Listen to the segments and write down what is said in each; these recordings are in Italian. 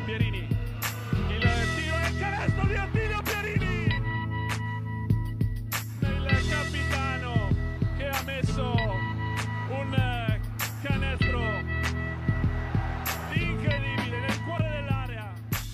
Pierini, il tiro e il canestro di Attilio Pierini, il capitano che ha messo un canestro incredibile nel cuore dell'area.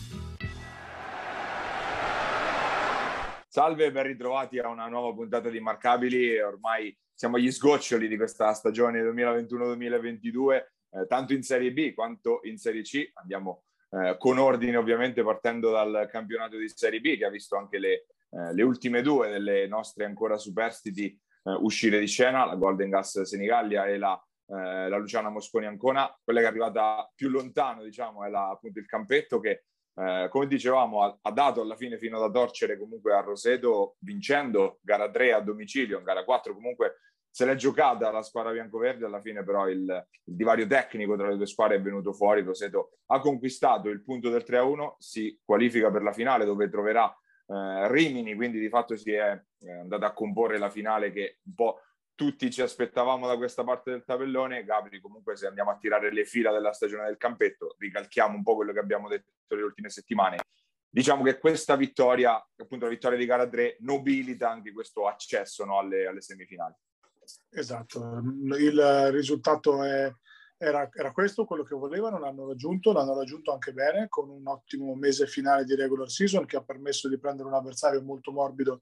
Salve e ben ritrovati a una nuova puntata di Immarcabili. Ormai siamo agli sgoccioli di questa stagione 2021-2022, tanto in Serie B quanto in Serie C. Andiamo con ordine, ovviamente, partendo dal campionato di Serie B, che ha visto anche le ultime due delle nostre ancora superstiti uscire di scena, la Golden Gas Senigallia e la Luciana Mosconi Ancona. Quella che è arrivata più lontano, diciamo, è appunto il Campetto, che come dicevamo ha dato alla fine fino da torcere comunque a Roseto, vincendo gara 3 a domicilio. In gara 4 comunque se l'è giocata la squadra biancoverde, alla fine però il divario tecnico tra le due squadre è venuto fuori. Roseto ha conquistato il punto del 3-1, si qualifica per la finale dove troverà Rimini, quindi di fatto si è andata a comporre la finale che un po' tutti ci aspettavamo da questa parte del tabellone. Gabri, comunque, se andiamo a tirare le fila della stagione del Campetto, ricalchiamo un po' quello che abbiamo detto le ultime settimane. Diciamo che questa vittoria, appunto la vittoria di gara 3, nobilita anche questo accesso, no, alle semifinali. Esatto, il risultato era questo, quello che volevano, l'hanno raggiunto anche bene, con un ottimo mese finale di regular season che ha permesso di prendere un avversario molto morbido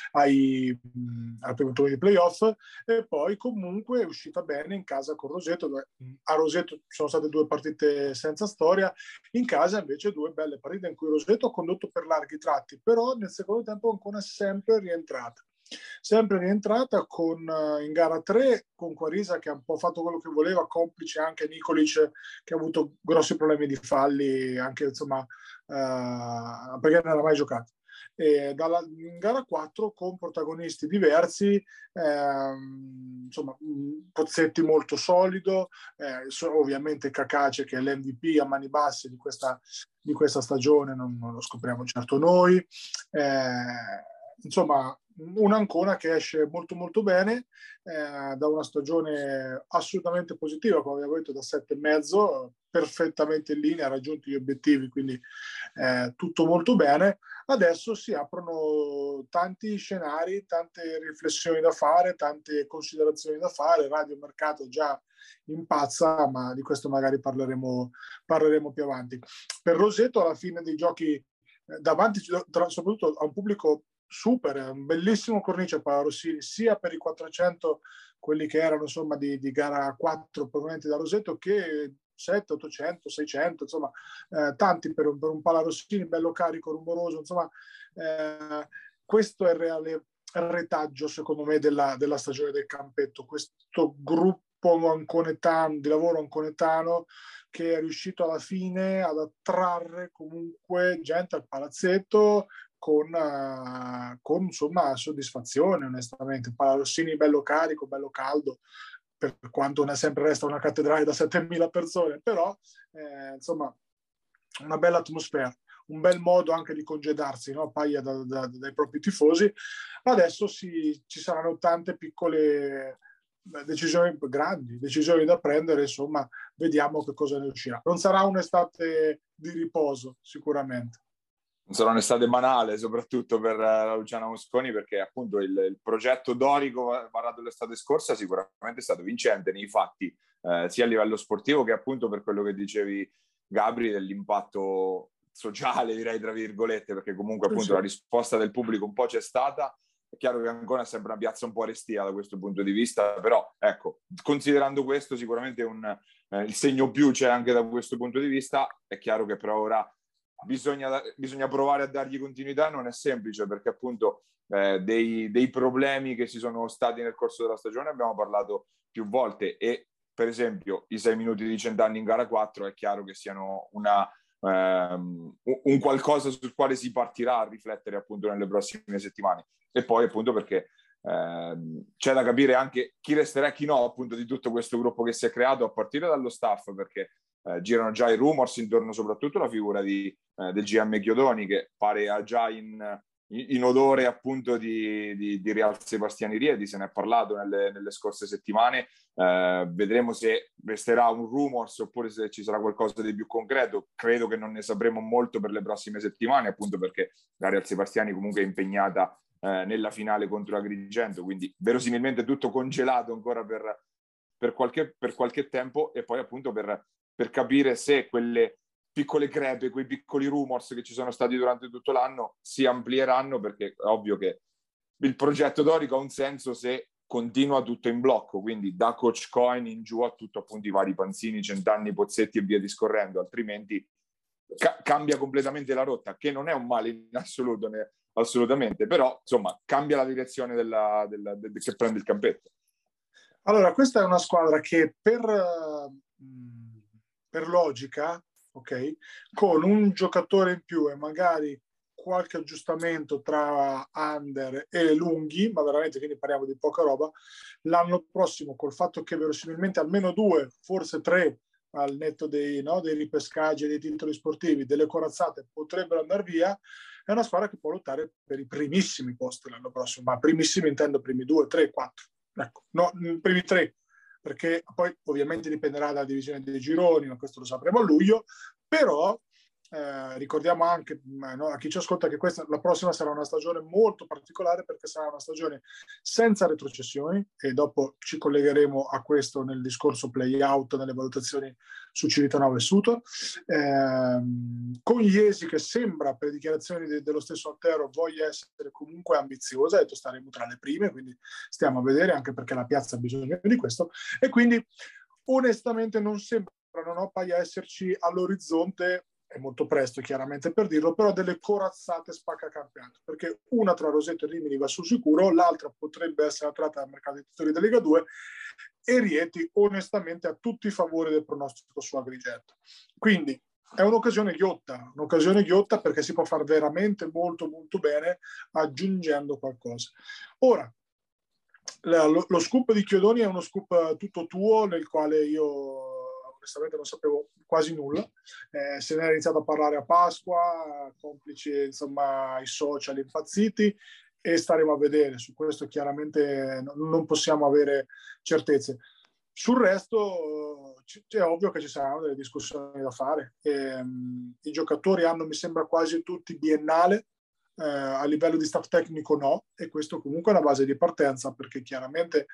al primo turno di playoff, e poi comunque è uscita bene in casa con Roseto. A Roseto sono state 2 partite senza storia, in casa invece 2 belle partite in cui Roseto ha condotto per larghi tratti, però nel secondo tempo ancora sempre rientrata con, in gara 3 con Quarisa che ha un po' fatto quello che voleva, complice anche Nikolic che ha avuto grossi problemi di falli, anche insomma perché non era mai giocato. In gara 4 con protagonisti diversi, insomma Pozzetti molto solido, ovviamente Cacace che è l'MVP a mani basse di questa stagione, non lo scopriamo certo noi, insomma un'Ancona che esce molto molto bene da una stagione assolutamente positiva, come abbiamo detto, da 7,5, perfettamente in linea, ha raggiunto gli obiettivi, quindi tutto molto bene. Adesso si aprono tanti scenari, tante riflessioni da fare, tante considerazioni da fare. Radio Mercato già impazza, ma di questo magari parleremo più avanti. Per Roseto alla fine dei giochi davanti, soprattutto a un pubblico super, un bellissimo cornice per Rossini, sia per i 400, quelli che erano insomma di gara 4 provenienti da Roseto, che 7, 800, 600, insomma tanti per un Pala Rossini, bello carico, rumoroso, insomma questo è il reale retaggio secondo me della stagione del Campetto, questo gruppo anconetano, di lavoro anconetano, che è riuscito alla fine ad attrarre comunque gente al palazzetto con insomma soddisfazione, onestamente. Pala Rossini bello carico, bello caldo, per quanto ne sempre resta una cattedrale da 7.000 persone, però insomma una bella atmosfera, un bel modo anche di congedarsi, no? Paglia dai propri tifosi. Adesso ci saranno tante piccole grandi decisioni da prendere, insomma vediamo che cosa ne uscirà. Non sarà un'estate di riposo sicuramente. Non sarà un'estate banale, soprattutto per la Luciana Mosconi, perché appunto il progetto dorico varato l'estate scorsa sicuramente è stato vincente nei fatti, sia a livello sportivo che appunto per quello che dicevi, Gabri, dell'impatto sociale, direi tra virgolette, perché comunque appunto sì. La risposta del pubblico un po' c'è stata. È chiaro che Ancona è sempre una piazza un po' restia da questo punto di vista, però ecco, considerando questo sicuramente il segno più c'è anche da questo punto di vista. È chiaro che però ora bisogna provare a dargli continuità. Non è semplice, perché appunto dei problemi che ci sono stati nel corso della stagione abbiamo parlato più volte, e per esempio i 6 minuti di Cent'anni in gara 4 è chiaro che siano un qualcosa sul quale si partirà a riflettere appunto nelle prossime settimane. E poi appunto perché c'è da capire anche chi resterà e chi no appunto di tutto questo gruppo che si è creato, a partire dallo staff, perché girano già i rumors intorno soprattutto alla figura del GM Chiodoni, che pare ha già in in odore appunto di Real Sebastiani Rieti, se ne è parlato nelle scorse settimane. Vedremo se resterà un rumors oppure se ci sarà qualcosa di più concreto. Credo che non ne sapremo molto per le prossime settimane, appunto perché la Real Sebastiani comunque è impegnata nella finale contro Agrigento, quindi verosimilmente tutto congelato ancora per qualche tempo, e poi appunto per capire se quelle piccole crepe, quei piccoli rumors che ci sono stati durante tutto l'anno si amplieranno, perché è ovvio che il progetto Dorico ha un senso se continua tutto in blocco, quindi da Coach Coin in giù a tutto appunto i vari Panzini, Centanni, Pozzetti e via discorrendo, altrimenti cambia completamente la rotta, che non è un male in assoluto, assolutamente, però insomma cambia la direzione che prende il campetto. Allora, questa è una squadra che per logica, ok, con un giocatore in più e magari qualche aggiustamento tra under e lunghi, ma veramente quindi parliamo di poca roba, l'anno prossimo col fatto che verosimilmente almeno 2, forse 3 al netto dei ripescaggi e dei titoli sportivi, delle corazzate potrebbero andare via, è una squadra che può lottare per i primissimi posti l'anno prossimo, ma primissimi intendo primi 2, 3, 4, ecco, no, primi 3, perché poi ovviamente dipenderà dalla divisione dei gironi, ma questo lo sapremo a luglio, però ricordiamo anche a chi ci ascolta che la prossima sarà una stagione molto particolare, perché sarà una stagione senza retrocessioni, e dopo ci collegheremo a questo nel discorso play-out, nelle valutazioni su Civitanova e Sutor, con Iesi che sembra, per le dichiarazioni dello stesso Altero, voglia essere comunque ambiziosa, ha detto staremo tra le prime, quindi stiamo a vedere, anche perché la piazza ha bisogno di questo, e quindi onestamente non sembrano poi esserci all'orizzonte, è molto presto chiaramente per dirlo, però delle corazzate spaccacampionato, perché una tra Roseto e Rimini va sul sicuro, l'altra potrebbe essere attratta dal mercato dei titoli della Lega 2, e Rieti onestamente ha tutti i favori del pronostico su Agrigento. Quindi è un'occasione ghiotta perché si può fare veramente molto molto bene aggiungendo qualcosa. Ora, lo scoop di Chiodoni è uno scoop tutto tuo, nel quale io onestamente non sapevo quasi nulla, se ne è iniziato a parlare a Pasqua, complici insomma i social impazziti, e staremo a vedere. Su questo chiaramente non possiamo avere certezze. Sul resto è ovvio che ci saranno delle discussioni da fare. I giocatori hanno, mi sembra, quasi tutti biennale, a livello di staff tecnico no, e questo comunque è una base di partenza, perché chiaramente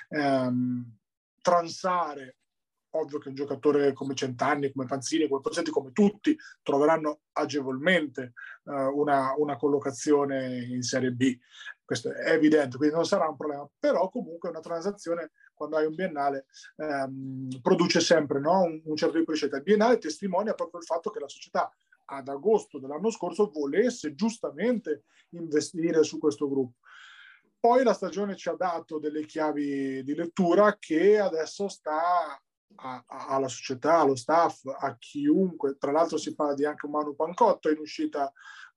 transare, ovvio che un giocatore come Centanni, come Panzini, come Pozzetti, come tutti, troveranno agevolmente una collocazione in Serie B. Questo è evidente, quindi non sarà un problema. Però comunque una transazione, quando hai un biennale, produce sempre un certo tipo di scelta. Il biennale testimonia proprio il fatto che la società ad agosto dell'anno scorso volesse giustamente investire su questo gruppo. Poi la stagione ci ha dato delle chiavi di lettura che adesso sta alla società, allo staff, a chiunque. Tra l'altro si parla di anche un Manu Pancotto in uscita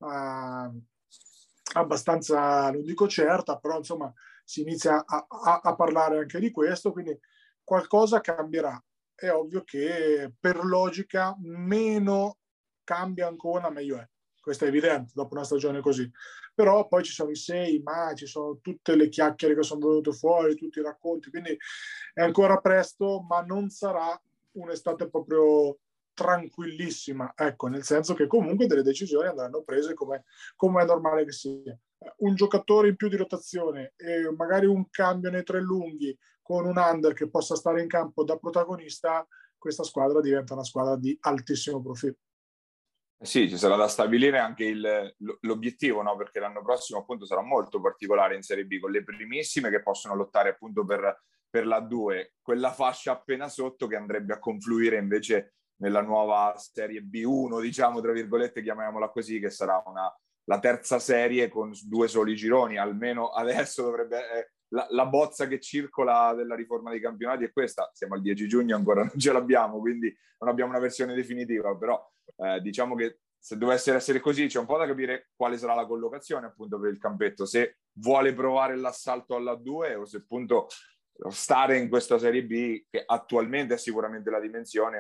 abbastanza, non dico certa, però insomma si inizia a parlare anche di questo, quindi qualcosa cambierà. È ovvio che per logica meno cambia ancora, meglio è. Questo è evidente dopo una stagione così. Però poi ci sono i 6, ma ci sono tutte le chiacchiere che sono venute fuori, tutti i racconti, quindi è ancora presto, ma non sarà un'estate proprio tranquillissima, ecco, nel senso che comunque delle decisioni andranno prese come è normale che sia. Un giocatore in più di rotazione e magari un cambio nei 3 lunghi con un under che possa stare in campo da protagonista, questa squadra diventa una squadra di altissimo profilo. Sì, ci sarà da stabilire anche l'obiettivo, no? Perché l'anno prossimo appunto sarà molto particolare in Serie B, con le primissime che possono lottare appunto per la 2, quella fascia appena sotto che andrebbe a confluire invece nella nuova Serie B1, diciamo, tra virgolette, chiamiamola così, che sarà la terza serie con 2 soli gironi, almeno adesso dovrebbe... La bozza che circola della riforma dei campionati è questa, siamo al 10 giugno, ancora non ce l'abbiamo, quindi non abbiamo una versione definitiva, però diciamo che se dovesse essere così c'è un po' da capire quale sarà la collocazione appunto per il campetto, se vuole provare l'assalto alla 2 o se appunto stare in questa Serie B, che attualmente è sicuramente la dimensione, ma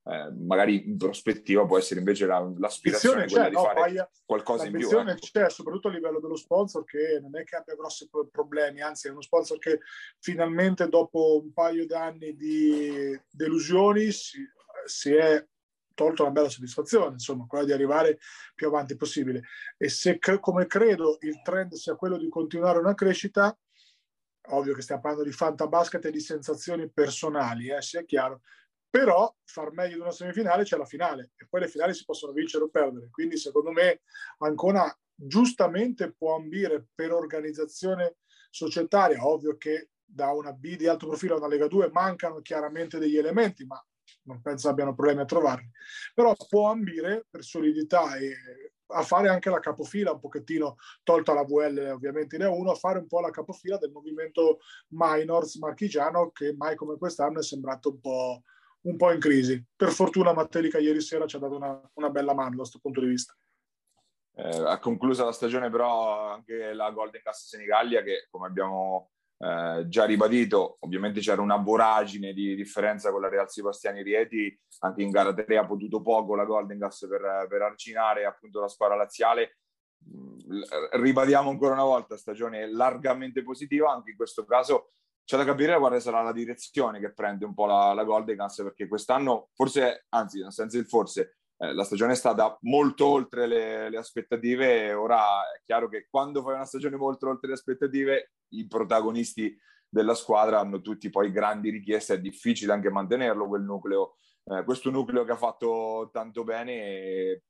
magari in prospettiva può essere invece l'aspirazione quella di fare qualcosa in più. L'ambizione c'è, soprattutto a livello dello sponsor, che non è che abbia grossi problemi, anzi è uno sponsor che finalmente dopo un paio di anni di delusioni si è tolto una bella soddisfazione, insomma, quella di arrivare più avanti possibile. E se come credo il trend sia quello di continuare una crescita, ovvio che stiamo parlando di fantabasket e di sensazioni personali, sia chiaro, però far meglio di una semifinale c'è la finale e poi le finali si possono vincere o perdere, quindi secondo me Ancona giustamente può ambire per organizzazione societaria. Ovvio che da una B di alto profilo a una Lega 2 mancano chiaramente degli elementi, ma non penso abbiano problemi a trovarli, però può ambire per solidità e a fare anche la capofila un pochettino, tolta la VL ovviamente in E1, a fare un po' la capofila del movimento minors marchigiano, che mai come quest'anno è sembrato un po' in crisi. Per fortuna Mattelica ieri sera ci ha dato una bella mano da questo punto di vista. Ha concluso la stagione però anche la Golden Gas Senigallia, che come abbiamo già ribadito, ovviamente c'era una voragine di differenza con la Real Sebastiani Rieti, anche in gara 3 ha potuto poco la Golden Gas per arginare appunto la squadra laziale. Ribadiamo ancora una volta, stagione largamente positiva, anche in questo caso c'è da capire quale sarà la direzione che prende un po' la Golden Gas, perché quest'anno forse, anzi senza il forse, la stagione è stata molto oltre le aspettative e ora è chiaro che quando fai una stagione molto oltre le aspettative i protagonisti della squadra hanno tutti poi grandi richieste, è difficile anche mantenerlo quel nucleo, questo nucleo che ha fatto tanto bene e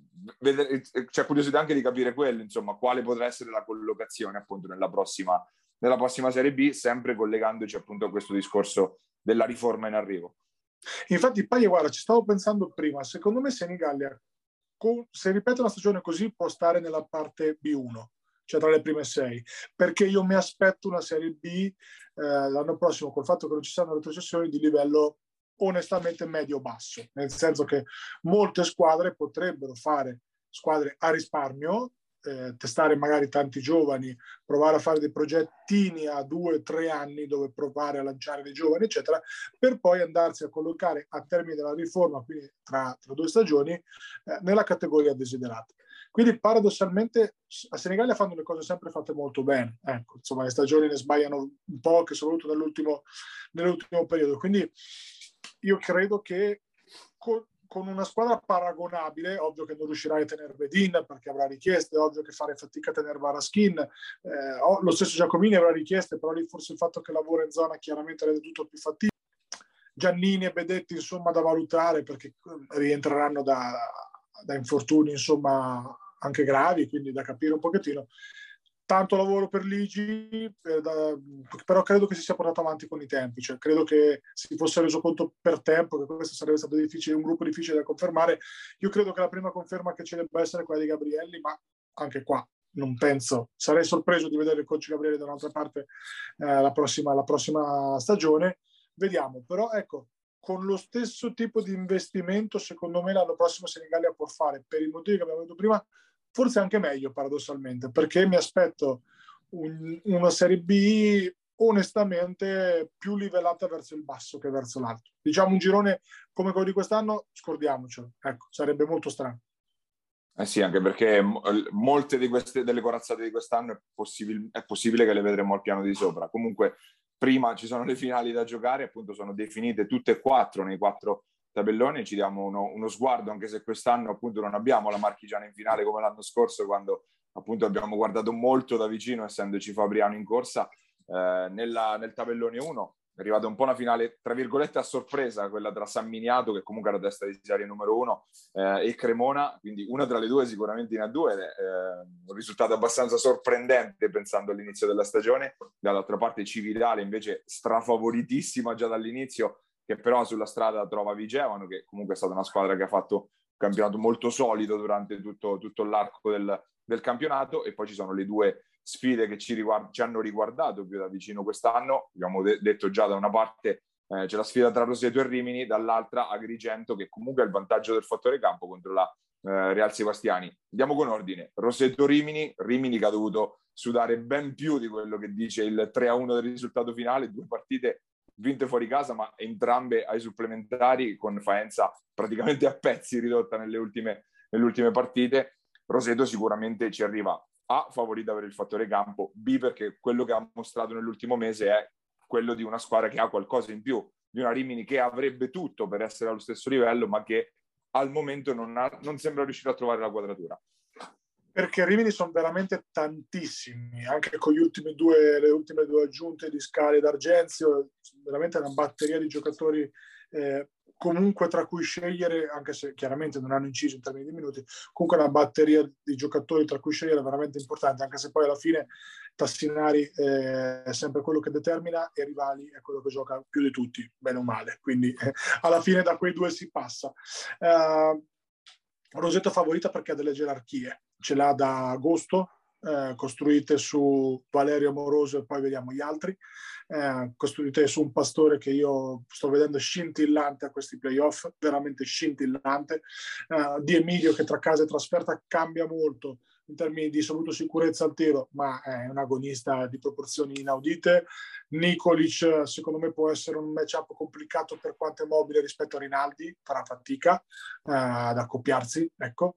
c'è curiosità anche di capire quello, insomma, quale potrà essere la collocazione appunto nella prossima Serie B, sempre collegandoci appunto a questo discorso della riforma in arrivo. Infatti, poi guarda, ci stavo pensando prima, secondo me Senigallia, se ripete una stagione così, può stare nella parte B1, cioè tra le prime 6, perché io mi aspetto una Serie B l'anno prossimo, col fatto che non ci saranno retrocessioni, di livello onestamente medio-basso, nel senso che molte squadre potrebbero fare squadre a risparmio, testare magari tanti giovani, provare a fare dei progettini a 2-3 anni dove provare a lanciare dei giovani, eccetera, per poi andarsi a collocare a termine della riforma, quindi tra 2 stagioni, nella categoria desiderata. Quindi paradossalmente a Senigallia fanno le cose sempre fatte molto bene. Ecco, insomma, le stagioni ne sbagliano un po', che soprattutto nell'ultimo periodo. Quindi io credo che con una squadra paragonabile, ovvio che non riuscirai a tenere Bedin perché avrà richieste, ovvio che fare fatica a tenere Varaskin, lo stesso Giacomini avrà richieste, però lì forse il fatto che lavora in zona chiaramente rende tutto più fattibile. Giannini e Bedetti insomma da valutare, perché rientreranno da infortuni insomma anche gravi, quindi da capire un pochettino. Tanto lavoro per Ligi, però credo che si sia portato avanti con i tempi, cioè credo che si fosse reso conto per tempo che questo sarebbe stato difficile, un gruppo difficile da confermare. Io credo che la prima conferma che ci debba essere quella di Gabrielli, ma anche qua non penso, sarei sorpreso di vedere il coach Gabrielli da un'altra parte la prossima stagione. Vediamo, però ecco, con lo stesso tipo di investimento secondo me l'anno prossimo Senigallia può fare, per i motivi che abbiamo detto prima, forse anche meglio paradossalmente, perché mi aspetto una Serie B onestamente più livellata verso il basso che verso l'alto. Diciamo un girone come quello di quest'anno, scordiamocelo, ecco, sarebbe molto strano. Sì, anche perché molte delle corazzate di quest'anno è possibile che le vedremo al piano di sopra. Comunque prima ci sono le finali da giocare, appunto sono definite tutte e 4 nei 4 tabelloni, ci diamo uno sguardo, anche se quest'anno appunto non abbiamo la marchigiana in finale come l'anno scorso, quando appunto abbiamo guardato molto da vicino, essendoci Fabriano in corsa. Nel tabellone 1 è arrivata un po' una finale tra virgolette a sorpresa, quella tra San Miniato, che comunque era testa di serie numero 1, e Cremona, quindi una tra le due sicuramente in A2, un risultato abbastanza sorprendente pensando all'inizio della stagione. Dall'altra parte Cividale invece strafavoritissima già dall'inizio, che però sulla strada trova Vigevano, che comunque è stata una squadra che ha fatto un campionato molto solido durante tutto l'arco del campionato. E poi ci sono le due sfide che ci hanno riguardato più da vicino quest'anno. Abbiamo detto già, da una parte c'è la sfida tra Roseto e Rimini, dall'altra Agrigento, che comunque ha il vantaggio del fattore campo contro la Real Sebastiani. Andiamo con ordine: Roseto-Rimini che ha dovuto sudare ben più di quello che dice il 3-1 del risultato finale, 2 partite vinte fuori casa, ma entrambe ai supplementari, con Faenza praticamente a pezzi ridotta nelle ultime partite. Roseto sicuramente ci arriva A, favorita per il fattore campo, B, perché quello che ha mostrato nell'ultimo mese è quello di una squadra che ha qualcosa in più, di una Rimini che avrebbe tutto per essere allo stesso livello, ma che al momento non sembra riuscire a trovare la quadratura. Perché Rimini sono veramente tantissimi, anche con le ultime due aggiunte di Scali ed Argenzio, veramente una batteria di giocatori comunque tra cui scegliere, anche se chiaramente non hanno inciso in termini di minuti, comunque una batteria di giocatori tra cui scegliere veramente importante, anche se poi alla fine Tassinari è sempre quello che determina e Rivali è quello che gioca più di tutti, bene o male, quindi alla fine da quei due si passa. Roseto è favorita perché ha delle gerarchie, ce l'ha da agosto, costruite su Valerio Amoroso e poi vediamo gli altri, costruite su un Pastore che io sto vedendo scintillante a questi playoff, veramente scintillante, Di Emilio che tra casa e trasferta cambia molto in termini di assoluto sicurezza al tiro, ma è un agonista di proporzioni inaudite. Nikolic secondo me può essere un matchup complicato per quanto è mobile rispetto a Rinaldi, farà fatica ad accoppiarsi, ecco.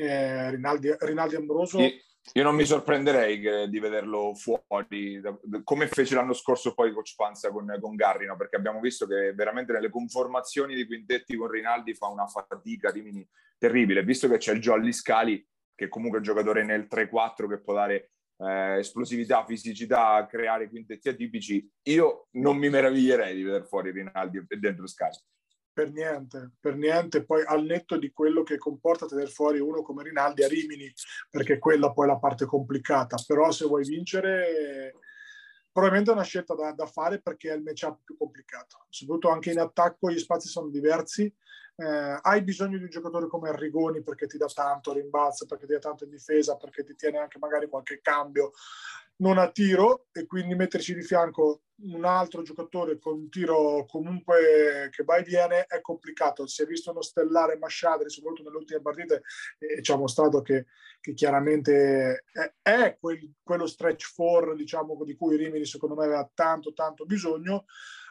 Rinaldi Amoroso. Io non mi sorprenderei di vederlo fuori, come fece l'anno scorso poi Coach Panza con Garrino, perché abbiamo visto che veramente nelle conformazioni di quintetti con Rinaldi fa una fatica Rimini terribile, visto che c'è il Jolly Scali, che comunque è un giocatore nel 3-4 che può dare esplosività, fisicità, creare quintetti atipici. Io non mi meraviglierei di vedere fuori Rinaldi e dentro Scali. Per niente, poi al netto di quello che comporta tenere fuori uno come Rinaldi a Rimini, perché quella poi è la parte complicata, però se vuoi vincere probabilmente è una scelta da fare perché è il matchup più complicato, soprattutto anche in attacco gli spazi sono diversi, hai bisogno di un giocatore come Arrigoni perché ti dà tanto rimbalzo, perché ti dà tanto in difesa, perché ti tiene anche magari qualche cambio non a tiro, e quindi metterci di fianco un altro giocatore con un tiro comunque che va e viene è complicato. Si è visto uno stellare Masciadri soprattutto nelle ultime partite e ci ha mostrato che chiaramente è quello stretch 4, diciamo, di cui Rimini secondo me aveva tanto bisogno.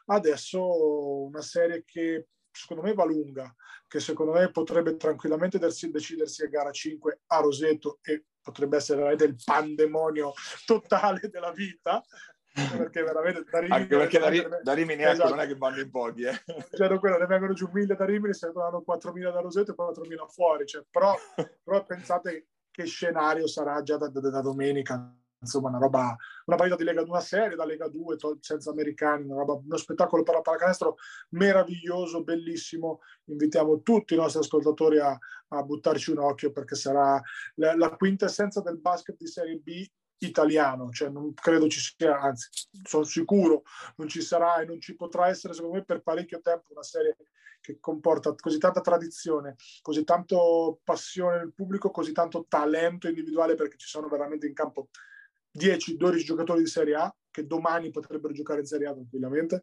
Adesso una serie che secondo me va lunga, che secondo me potrebbe tranquillamente decidersi a gara 5 a Roseto e potrebbe essere del pandemonio totale della vita, perché veramente da Rimini, anche perché da Rimini esatto, non è che vanno in pochi, cioè, quello, ne vengono giù 1000 da Rimini, se ne danno 4000 da Roseto e 4000 fuori, cioè, però pensate che scenario sarà già da domenica, insomma una partita di Lega 2, una serie da Lega 2 senza americani, uno spettacolo per la pallacanestro meraviglioso, bellissimo. Invitiamo tutti i nostri ascoltatori a buttarci un occhio perché sarà la quintessenza del basket di Serie B italiano, cioè non credo ci sia, anzi sono sicuro non ci sarà e non ci potrà essere secondo me per parecchio tempo una serie che comporta così tanta tradizione, così tanto passione nel pubblico, così tanto talento individuale, perché ci sono veramente in campo 10-12 giocatori di Serie A che domani potrebbero giocare in Serie A tranquillamente,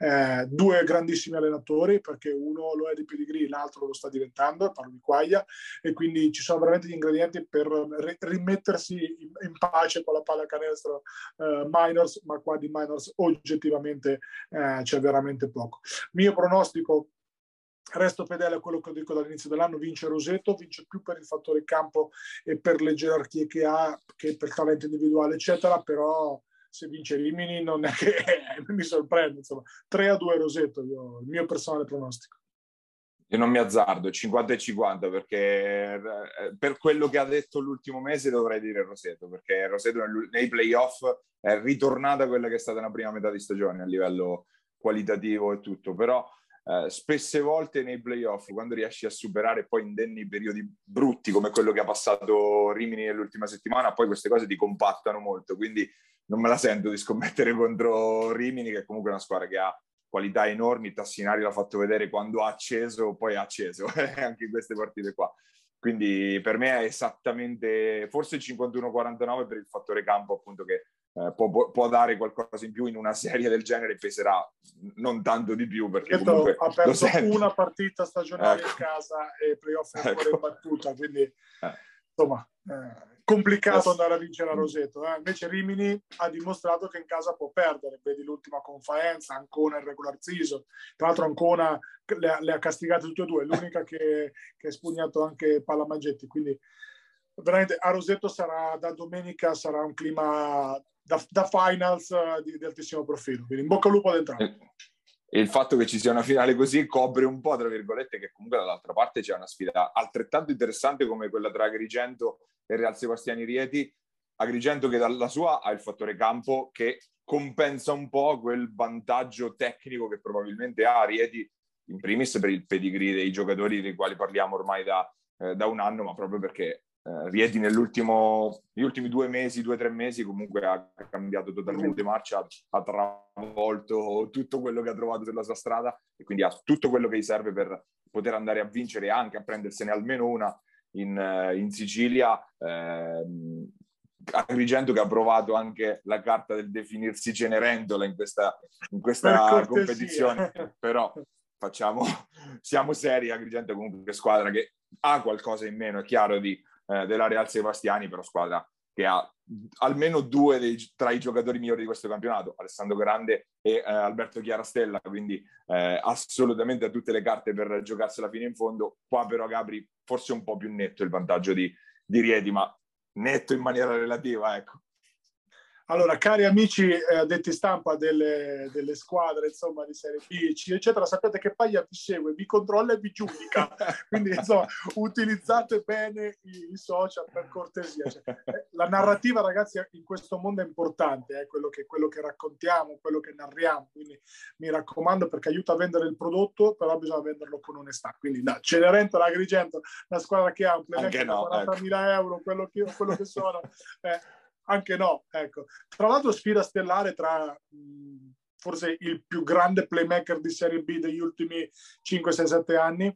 due grandissimi allenatori, perché uno lo è di Pedigree, l'altro lo sta diventando, parlo di Quaglia, e quindi ci sono veramente gli ingredienti per rimettersi in pace con la pallacanestro minors, ma qua di minors oggettivamente c'è veramente poco. Mio pronostico: resto fedele a quello che dico dall'inizio dell'anno, vince Roseto, vince più per il fattore campo e per le gerarchie che ha che per talento individuale eccetera, però se vince Rimini non è che mi sorprende, insomma. 3-2 Roseto, il mio personale pronostico. Io non mi azzardo, 50-50, perché per quello che ha detto l'ultimo mese dovrei dire Roseto, perché Roseto nei playoff è ritornata quella che è stata la prima metà di stagione a livello qualitativo e tutto, però spesse volte nei playoff, quando riesci a superare poi indenni periodi brutti come quello che ha passato Rimini nell'ultima settimana, poi queste cose ti compattano molto, quindi non me la sento di scommettere contro Rimini, che è comunque una squadra che ha qualità enormi. Tassinari l'ha fatto vedere quando ha acceso, poi ha acceso anche in queste partite qua. Quindi per me è esattamente, forse il 51-49 per il fattore campo, appunto, che può dare qualcosa in più in una serie del genere, peserà non tanto di più, perché comunque ha perso una partita stagionale in casa e playoff è ancora ecco. in battuta, quindi insomma complicato andare a vincere a Roseto. Invece Rimini ha dimostrato che in casa può perdere. Vedi l'ultima conferenza, Ancona in regular season. Tra l'altro Ancona le ha castigate tutte e due, l'unica che ha spugnato anche Pallamaggetti. Quindi veramente a Roseto da domenica sarà un clima da finals di altissimo profilo. Quindi in bocca al lupo ad entrambi. E il fatto che ci sia una finale così copre un po', tra virgolette, che comunque dall'altra parte c'è una sfida altrettanto interessante come quella tra Agrigento e Real Sebastiani Rieti. Agrigento che dalla sua ha il fattore campo che compensa un po' quel vantaggio tecnico che probabilmente ha Rieti, in primis per il pedigree dei giocatori dei quali parliamo ormai da un anno, ma proprio perché Rieti negli ultimi 2 mesi, 2 o 3 mesi comunque ha cambiato totalmente marcia, ha travolto tutto quello che ha trovato sulla sua strada e quindi ha tutto quello che gli serve per poter andare a vincere e anche a prendersene almeno una in Sicilia. Agrigento che ha provato anche la carta del definirsi Cenerentola in questa competizione, però siamo seri. Agrigento comunque squadra che ha qualcosa in meno, è chiaro, della Real Sebastiani, però squadra che ha almeno 2 tra i giocatori migliori di questo campionato, Alessandro Grande e Alberto Chiarastella, quindi assolutamente ha tutte le carte per giocarsela fino in fondo. Qua però Gabri forse un po' più netto il vantaggio di Rieti, ma netto in maniera relativa, ecco. Allora, cari amici addetti stampa delle squadre, insomma, di Serie B, C, eccetera, sapete che Paglia vi segue, vi controlla e vi giudica. Quindi, insomma, utilizzate bene i social per cortesia. Cioè, la narrativa, ragazzi, in questo mondo è importante, quello che raccontiamo, quello che narriamo. Quindi mi raccomando, perché aiuta a vendere il prodotto, però bisogna venderlo con onestà. Quindi, da Cenerentola, Agrigento, la squadra che ha un playmaker di 40.000 euro, quello che sono... anche no, ecco. Tra l'altro sfida stellare tra forse il più grande playmaker di Serie B degli ultimi 5, 6, 7 anni,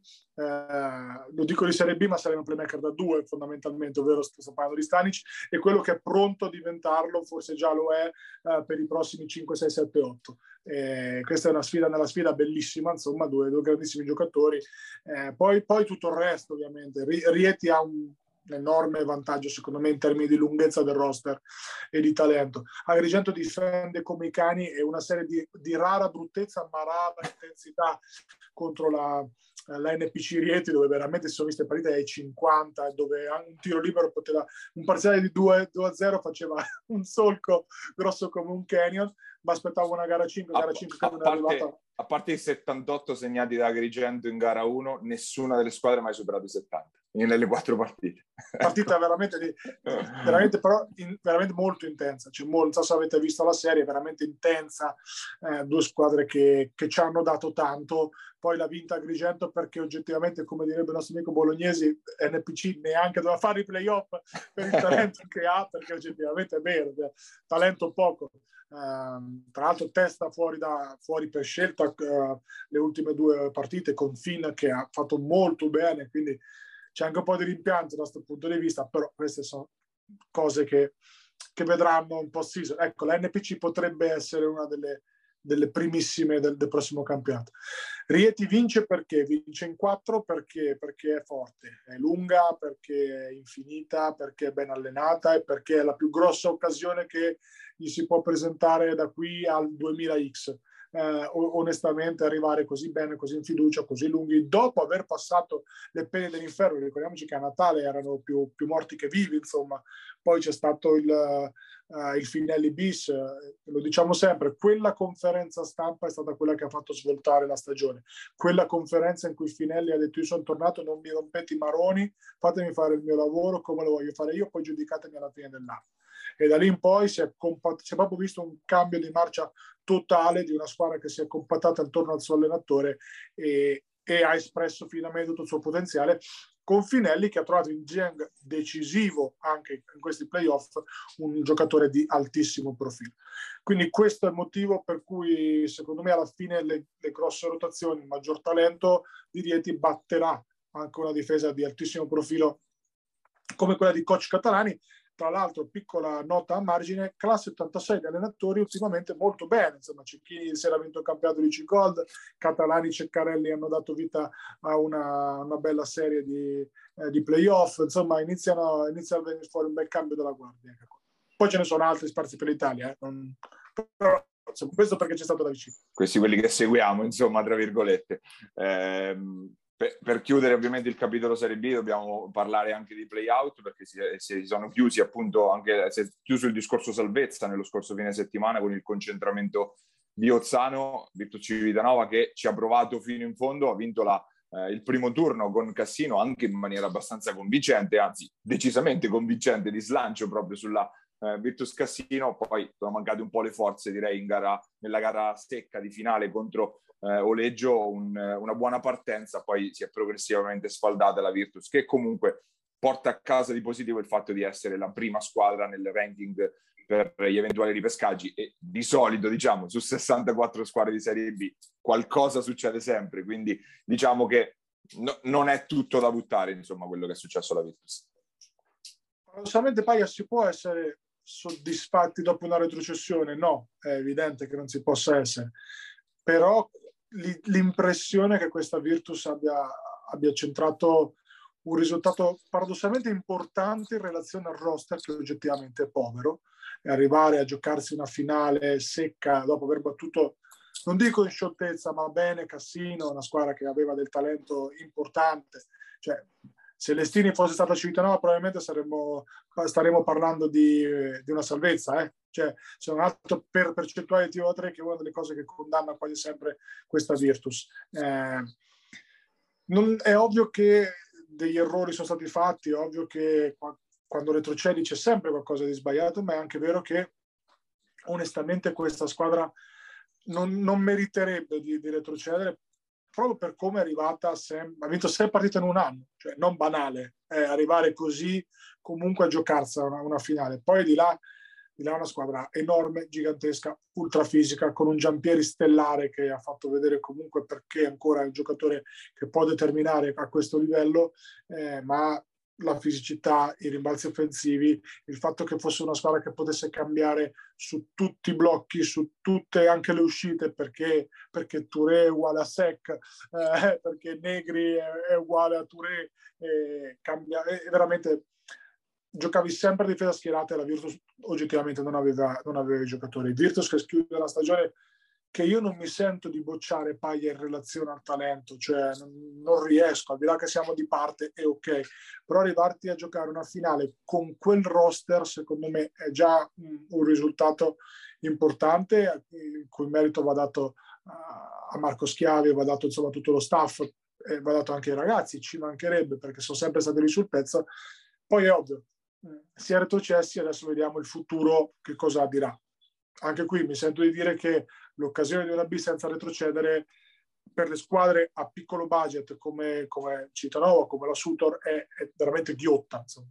lo dico di Serie B ma sarà un playmaker da 2 fondamentalmente, ovvero sto parlando di Stanic, e quello che è pronto a diventarlo, forse già lo è per i prossimi 5, 6, 7, 8. Questa è una sfida nella sfida bellissima, insomma, due grandissimi giocatori. Poi tutto il resto ovviamente. Rieti ha un enorme vantaggio secondo me in termini di lunghezza del roster e di talento. Agrigento difende come i cani e una serie di rara bruttezza ma rara intensità contro la NPC Rieti, dove veramente si sono viste partite ai 50, dove un tiro libero un parziale di 2-0 faceva un solco grosso come un canyon, ma aspettavo una gara 5, gara 5 che non è arrivata. A parte i 78 segnati da Agrigento in gara 1, nessuna delle squadre ha mai superato i 70 nelle 4 partite. Partita veramente però veramente molto intensa. Non so se avete visto la serie, è veramente intensa. 2 squadre che ci hanno dato tanto. Poi l'ha vinta Agrigento perché oggettivamente, come direbbe il nostro amico bolognesi, NPC neanche doveva fare i playoff per il talento che ha, perché oggettivamente è vero, talento poco. Tra l'altro testa fuori per scelta le ultime 2 partite con Finn, che ha fatto molto bene, quindi c'è anche un po' di rimpianto da questo punto di vista, però queste sono cose che vedranno un po' season. Ecco, la NPC potrebbe essere una delle primissime del prossimo campionato. Rieti vince perché? Vince in 4 perché è forte, è lunga, perché è infinita, perché è ben allenata e perché è la più grossa occasione che gli si può presentare da qui al 2000X. Onestamente arrivare così bene, così in fiducia, così lunghi, dopo aver passato le pene dell'inferno. Ricordiamoci che a Natale erano più morti che vivi, insomma. Poi c'è stato il Finelli bis, lo diciamo sempre, quella conferenza stampa è stata quella che ha fatto svoltare la stagione, quella conferenza in cui Finelli ha detto: io sono tornato, non mi rompete i maroni, fatemi fare il mio lavoro come lo voglio fare io, poi giudicatemi alla fine dell'anno. E da lì in poi si è proprio visto un cambio di marcia totale di una squadra che si è compattata attorno al suo allenatore e ha espresso finalmente tutto il suo potenziale, con Finelli che ha trovato in Zheng decisivo anche in questi playoff un giocatore di altissimo profilo. Quindi questo è il motivo per cui secondo me alla fine le grosse rotazioni, il maggior talento di Rieti batterà anche una difesa di altissimo profilo come quella di coach Catalani, tra l'altro, piccola nota a margine, classe 86 di allenatori ultimamente molto bene, insomma Cecchini si era vinto il campionato di C-Gold, Catalani e Ceccarelli hanno dato vita a una bella serie di playoff, insomma inizia a venire fuori un bel cambio della guardia. Poi ce ne sono altri sparsi per l'Italia, però insomma, questo perché c'è stato da vicino. Questi quelli che seguiamo, insomma, tra virgolette. Per chiudere ovviamente il capitolo Serie B dobbiamo parlare anche di play-out, perché si sono chiusi, appunto, anche si è chiuso il discorso salvezza nello scorso fine settimana con il concentramento di Ozzano, Virtus Civitanova, che ci ha provato fino in fondo, ha vinto il primo turno con Cassino anche in maniera abbastanza convincente, anzi decisamente convincente, di slancio proprio sulla Virtus Cassino. Poi sono mancate un po' le forze, direi, nella gara secca di finale contro Oleggio, una buona partenza, poi si è progressivamente sfaldata la Virtus, che comunque porta a casa di positivo il fatto di essere la prima squadra nel ranking per gli eventuali ripescaggi, e di solito, diciamo, su 64 squadre di Serie B qualcosa succede sempre, quindi diciamo che non è tutto da buttare, insomma, quello che è successo alla Virtus. Paradossalmente, Paia, si può essere soddisfatti dopo una retrocessione? No, è evidente che non si possa essere, però l'impressione che questa Virtus abbia centrato un risultato paradossalmente importante in relazione al roster, che oggettivamente è povero, e arrivare a giocarsi una finale secca dopo aver battuto, non dico in scioltezza, ma bene Cassino, una squadra che aveva del talento importante. Cioè, se Lestini fosse stata Civitanova probabilmente staremmo parlando di una salvezza, Cioè, c'è un alto percentuale di TV3 che è una delle cose che condanna quasi sempre questa Virtus. È ovvio che degli errori sono stati fatti, è ovvio che quando retrocedi c'è sempre qualcosa di sbagliato, ma è anche vero che onestamente questa squadra non meriterebbe di retrocedere, proprio per come è arrivata, ha vinto 6 partite in un anno, cioè non banale arrivare così comunque a giocarsi una finale. Poi di là è una squadra enorme, gigantesca, ultrafisica, con un Giampieri stellare che ha fatto vedere comunque perché ancora è un giocatore che può determinare a questo livello, ma la fisicità, i rimbalzi offensivi, il fatto che fosse una squadra che potesse cambiare su tutti i blocchi, su tutte anche le uscite, perché Touré è uguale a Sec, perché Negri è uguale a Touré, cambia, veramente giocavi sempre a difesa schierata, e la Virtus oggettivamente non aveva i giocatori. Virtus che chiude la stagione che io non mi sento di bocciare Paglia in relazione al talento, cioè non riesco, al di là che siamo di parte è ok, però arrivarti a giocare una finale con quel roster secondo me è già un risultato importante, il cui merito va dato a Marco Schiavi, va dato insomma a tutto lo staff, va dato anche ai ragazzi, ci mancherebbe perché sono sempre stati lì sul pezzo. Poi è ovvio, si è retrocessi, adesso vediamo il futuro che cosa dirà. Anche qui mi sento di dire che l'occasione di una B senza retrocedere per le squadre a piccolo budget come Civitanova, come la Sutor, è veramente ghiotta, insomma.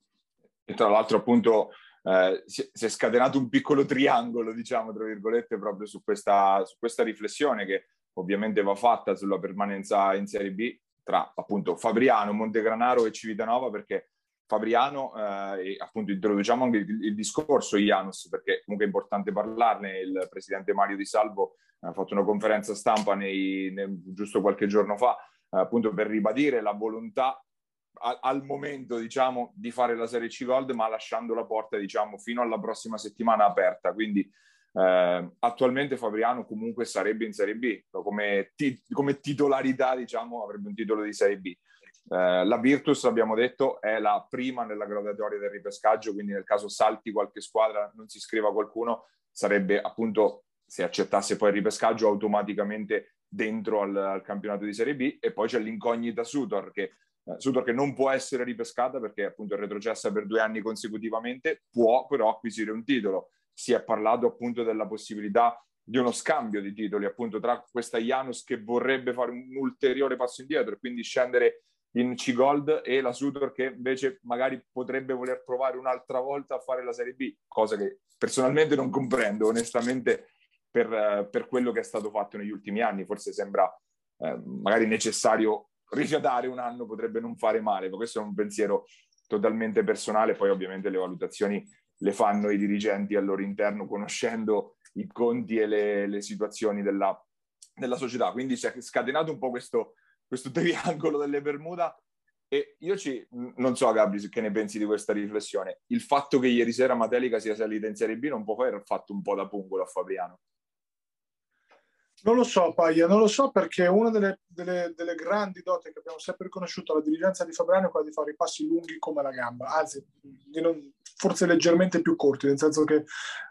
E tra l'altro appunto si è scatenato un piccolo triangolo, diciamo, tra virgolette, proprio su questa riflessione che ovviamente va fatta sulla permanenza in Serie B tra appunto Fabriano, Montegranaro e Civitanova, perché Fabriano, e appunto introduciamo anche il discorso Janus, perché comunque è importante parlarne. Il presidente Mario Di Salvo ha fatto una conferenza stampa giusto qualche giorno fa, appunto per ribadire la volontà al momento, diciamo, di fare la Serie C Gold, ma lasciando la porta, diciamo, fino alla prossima settimana aperta. Quindi attualmente Fabriano comunque sarebbe in Serie B, come titolarità, diciamo, avrebbe un titolo di Serie B. La Virtus, abbiamo detto, è la prima nella graduatoria del ripescaggio, quindi nel caso salti qualche squadra, non si iscriva qualcuno, sarebbe appunto, se accettasse poi il ripescaggio, automaticamente dentro al campionato di Serie B. E poi c'è l'incognita Sutor che non può essere ripescata perché appunto è retrocessa per 2 anni consecutivamente, può però acquisire un titolo. Si è parlato appunto della possibilità di uno scambio di titoli appunto tra questa Janus che vorrebbe fare un ulteriore passo indietro e quindi scendere in C-Gold, e la Sutor che invece magari potrebbe voler provare un'altra volta a fare la Serie B, cosa che personalmente non comprendo onestamente per quello che è stato fatto negli ultimi anni. Forse sembra magari necessario rifiatare un anno, potrebbe non fare male, ma questo è un pensiero totalmente personale, poi ovviamente le valutazioni le fanno i dirigenti al loro interno, conoscendo i conti e le situazioni della società. Quindi si è scatenato un po' questo triangolo delle Bermuda. E io non so, Gabri, che ne pensi di questa riflessione. Il fatto che ieri sera Matelica sia salita in Serie B non può aver fatto un po' da pungolo a Fabriano? Non lo so, Paglia, non lo so, perché una delle grandi doti che abbiamo sempre riconosciuto alla dirigenza di Fabriano è quella di fare i passi lunghi come la gamba, anzi, forse leggermente più corti, nel senso che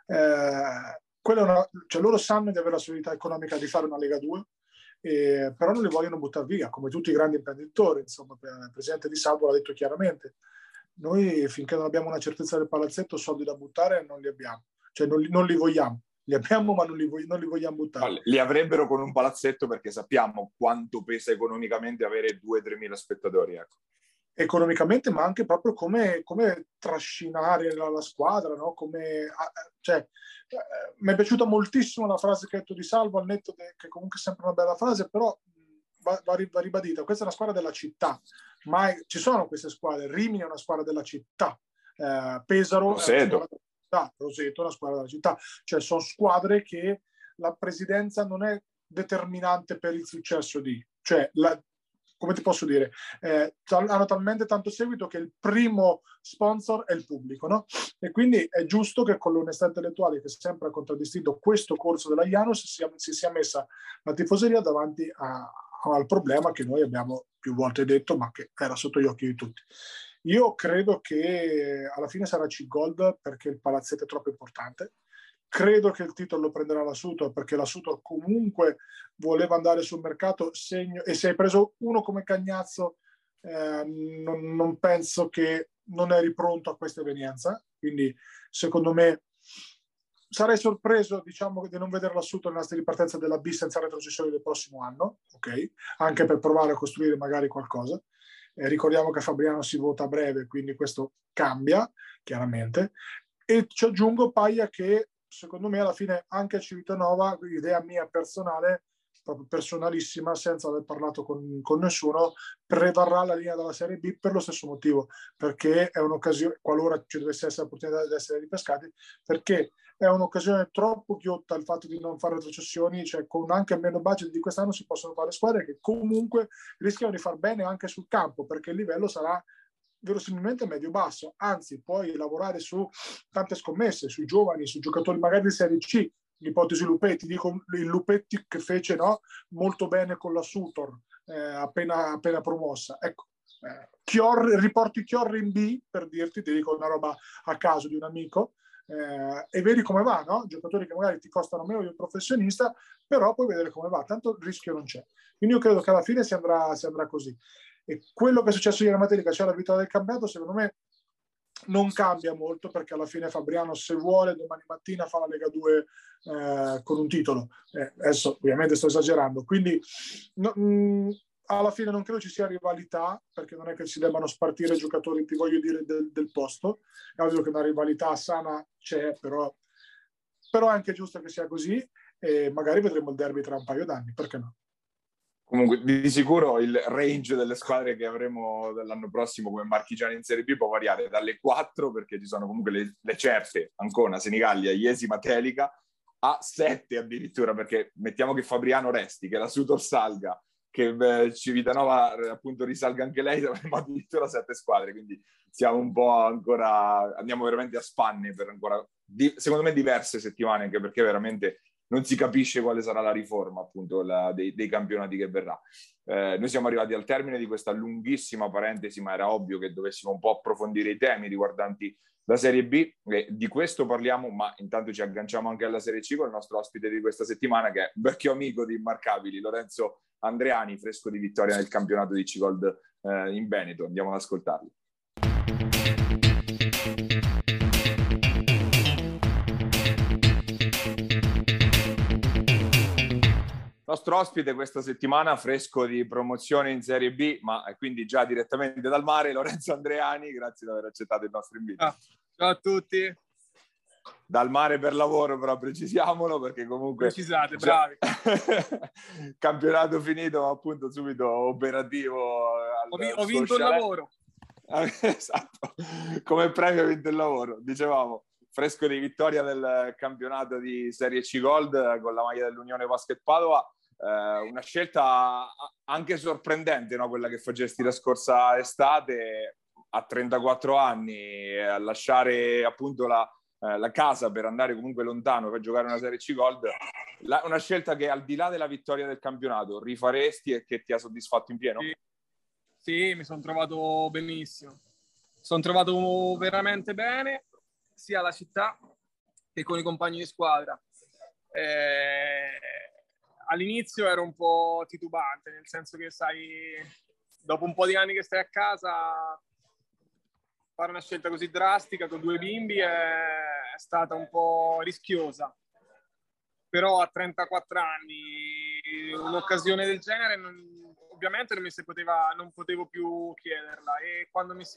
cioè loro sanno di avere la solidità economica di fare una Lega 2, però non li vogliono buttare via, come tutti i grandi imprenditori. Insomma, il presidente di Salvo l'ha detto chiaramente: noi finché non abbiamo una certezza del palazzetto, soldi da buttare non li abbiamo, cioè non li vogliamo. Li abbiamo, ma non li vogliamo buttare. Li avrebbero con un palazzetto, perché sappiamo quanto pesa economicamente avere 2-3 mila spettatori. Ecco. Economicamente, ma anche proprio come trascinare la squadra, no? Mi è piaciuta moltissimo la frase che ha detto Di Salvo, al netto che comunque è sempre una bella frase, però va ribadita. Questa è una squadra della città, ma ci sono queste squadre. Rimini è una squadra della città, Pesaro Roseto è una squadra della città. Cioè sono squadre che la presidenza non è determinante per il successo come ti posso dire, hanno talmente tanto seguito che il primo sponsor è il pubblico, no? E quindi è giusto che con l'onestà intellettuale che sempre ha contraddistinto questo corso della Janus si sia messa la tifoseria davanti al problema che noi abbiamo più volte detto, ma che era sotto gli occhi di tutti. Io credo che alla fine sarà C-Gold, perché il palazzetto è troppo importante. Credo che il titolo lo prenderà la Sutor, perché la Sutor comunque voleva andare sul mercato, e se hai preso uno come Cagnazzo, non penso che non eri pronto a questa evenienza. Quindi secondo me sarei sorpreso, diciamo, di non vedere la Sutor nella di partenza della B senza retrocessione del prossimo anno, ok? Anche per provare a costruire magari qualcosa. Ricordiamo che Fabriano si vota a breve, quindi questo cambia chiaramente. E ci aggiungo, Paglia, che secondo me alla fine anche a Civitanova, idea mia personale, proprio personalissima, senza aver parlato con nessuno, prevarrà la linea della Serie B per lo stesso motivo, perché è un'occasione, qualora ci dovesse essere l'opportunità di essere ripescati, perché è un'occasione troppo ghiotta il fatto di non fare retrocessioni. Cioè con anche meno budget di quest'anno si possono fare squadre che comunque rischiano di far bene anche sul campo, perché il livello sarà verosimilmente medio-basso. Anzi, puoi lavorare su tante scommesse, sui giovani, su giocatori magari di Serie C. L'ipotesi Lupetti, dico il Lupetti che fece molto bene con la Sutor appena promossa. Ecco, riporti Chior in B, per dirti, ti dico una roba a caso di un amico, e vedi come va, no? Giocatori che magari ti costano meno di un professionista, però puoi vedere come va, tanto il rischio non c'è. Quindi io credo che alla fine si andrà così. E quello che è successo ieri a Matelica, cioè la vittoria del campionato, secondo me non cambia molto, perché alla fine Fabriano, se vuole, domani mattina fa la Lega 2 con un titolo. Adesso ovviamente sto esagerando, quindi alla fine non credo ci sia rivalità, perché non è che si debbano spartire giocatori, ti voglio dire, del posto. È ovvio che una rivalità sana c'è, però è anche giusto che sia così, e magari vedremo il derby tra un paio d'anni, perché no? Comunque, di sicuro il range delle squadre che avremo dell'anno prossimo come marchigiani in Serie B può variare dalle 4, perché ci sono comunque le certe, Ancona, Senigallia, Iesi, Matelica, a 7 addirittura, perché mettiamo che Fabriano resti, che la Sutor salga, che Civitanova appunto risalga anche lei, avremo addirittura 7 squadre, quindi siamo un po' ancora, andiamo veramente a spanne per ancora, secondo me, diverse settimane, anche perché veramente non si capisce quale sarà la riforma appunto dei campionati che verrà. Noi siamo arrivati al termine di questa lunghissima parentesi, ma era ovvio che dovessimo un po' approfondire i temi riguardanti la Serie B, e di questo parliamo, ma intanto ci agganciamo anche alla Serie C con il nostro ospite di questa settimana, che è un vecchio amico di Immarcabili, Lorenzo Andreani, fresco di vittoria nel campionato di C-Gold in Veneto. Andiamo ad ascoltarlo. Nostro ospite questa settimana, fresco di promozione in Serie B, ma quindi già direttamente dal mare, Lorenzo Andreani, grazie di aver accettato il nostro invito. Ciao a tutti. Dal mare per lavoro, però precisiamolo, perché comunque... Precisate, bravi. Campionato finito, ma appunto subito operativo. Ho vinto il lavoro. Esatto, come premio vinto il lavoro, dicevamo, fresco di vittoria del campionato di Serie C Gold con la maglia dell'Unione Basket Padova, una scelta anche sorprendente, no? Quella che facesti la scorsa estate a 34 anni, a lasciare appunto la casa per andare comunque lontano per giocare una Serie C Gold, una scelta che al di là della vittoria del campionato rifaresti e che ti ha soddisfatto in pieno? Sì, mi sono trovato benissimo. Sono trovato veramente bene, sia alla città che con i compagni di squadra. All'inizio ero un po' titubante, nel senso che, sai, dopo un po' di anni che stai a casa, fare una scelta così drastica con 2 bimbi è stata un po' rischiosa. Però a 34 anni un'occasione del genere ovviamente non potevo più chiederla, e quando mi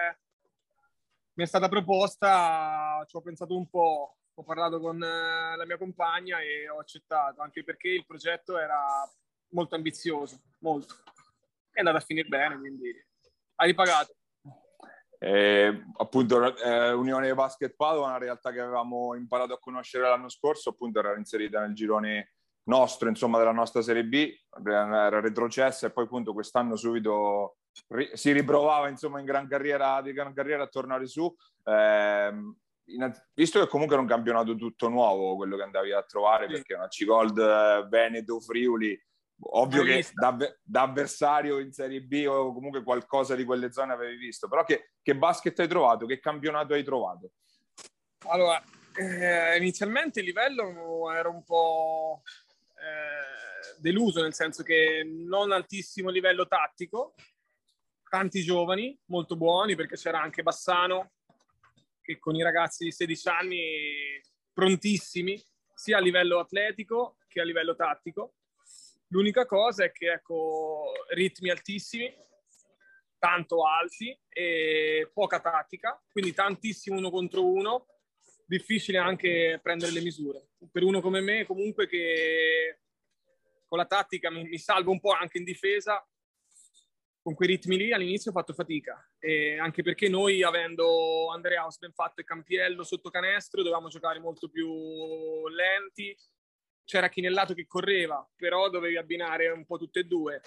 è stata proposta ci ho pensato un po', ho parlato con la mia compagna e ho accettato, anche perché il progetto era molto ambizioso, molto. È andato a finire bene, quindi ha ripagato. Appunto Unione Basket Padova, una realtà che avevamo imparato a conoscere l'anno scorso, appunto era inserita nel girone nostro, insomma, della nostra Serie B, era retrocessa e poi appunto quest'anno subito si riprovava, insomma, di gran carriera a tornare su, visto che comunque era un campionato tutto nuovo quello che andavi a trovare, sì, perché una C-Gold Veneto, Friuli, ovvio che da avversario in Serie B o comunque qualcosa di quelle zone avevi visto, però che basket hai trovato? Che campionato hai trovato? Allora, inizialmente il livello era un po' deluso, nel senso che non altissimo livello tattico, tanti giovani molto buoni, perché c'era anche Bassano che con i ragazzi di 16 anni prontissimi sia a livello atletico che a livello tattico. L'unica cosa è che, ecco, ritmi altissimi, tanto alti e poca tattica, quindi tantissimo 1 contro 1, difficile anche prendere le misure. Per uno come me, comunque, che con la tattica mi salvo un po' anche in difesa, con quei ritmi lì all'inizio ho fatto fatica, e anche perché noi, avendo Andreaus ben fatto e Campiello sotto canestro, dovevamo giocare molto più lenti. C'era Chinellato che correva, però dovevi abbinare un po' tutte e due,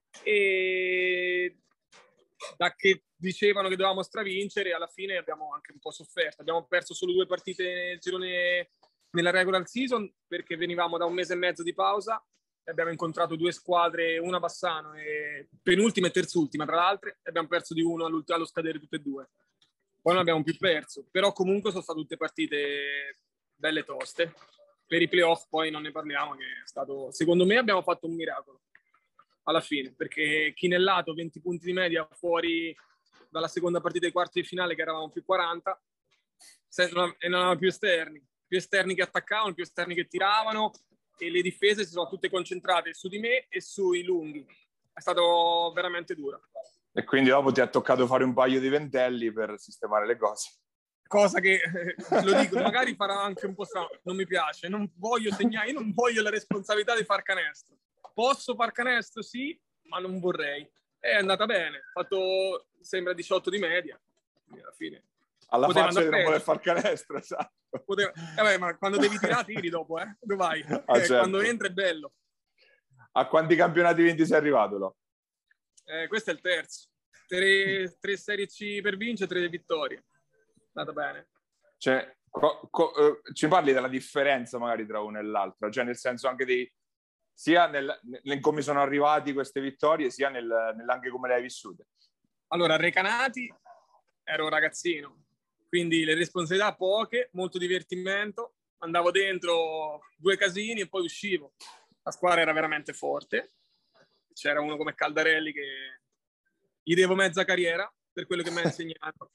e da che dicevano che dovevamo stravincere, alla fine abbiamo anche un po' sofferto. Abbiamo perso solo 2 partite nel girone nella regular season, perché venivamo da 1 mese e mezzo di pausa e abbiamo incontrato 2 squadre, una Bassano e penultima e terzultima tra l'altro, e abbiamo perso di 1 allo scadere tutte e 2. Poi non abbiamo più perso, però comunque sono state tutte partite belle toste. Per i playoff poi non ne parliamo, che è stato, secondo me abbiamo fatto un miracolo alla fine, perché Chinellato 20 punti di media fuori dalla seconda partita dei quarti di finale, che eravamo più 40, e non avevamo più esterni che attaccavano, più esterni che tiravano, e le difese si sono tutte concentrate su di me e sui lunghi. È stato veramente duro. E quindi dopo ti ha toccato fare un paio di ventelli per sistemare le cose. Cosa che, lo dico, magari farà anche un po' strano, non mi piace, non voglio segnare, io non voglio la responsabilità di far canestro. Posso far canestro, sì, ma non vorrei. È andata bene, ho fatto, sembra 18 di media, alla fine. Alla faccia di non voler far canestro, esatto. Vabbè, ma quando devi tirare, tiri dopo, dove vai? Certo. Quando entra è bello. A quanti campionati vinti sei arrivato, no? Questo è il terzo. 3 Serie C per vincere, 3 vittorie. È andata bene. Cioè, ci parli della differenza magari tra una e l'altra? Cioè, nel senso anche di sia nel come sono arrivati queste vittorie, sia anche come le hai vissute? Allora, a Recanati ero un ragazzino, quindi le responsabilità poche, molto divertimento, andavo dentro 2 casini e poi uscivo. La squadra era veramente forte, c'era uno come Caldarelli che gli devo mezza carriera per quello che mi ha insegnato,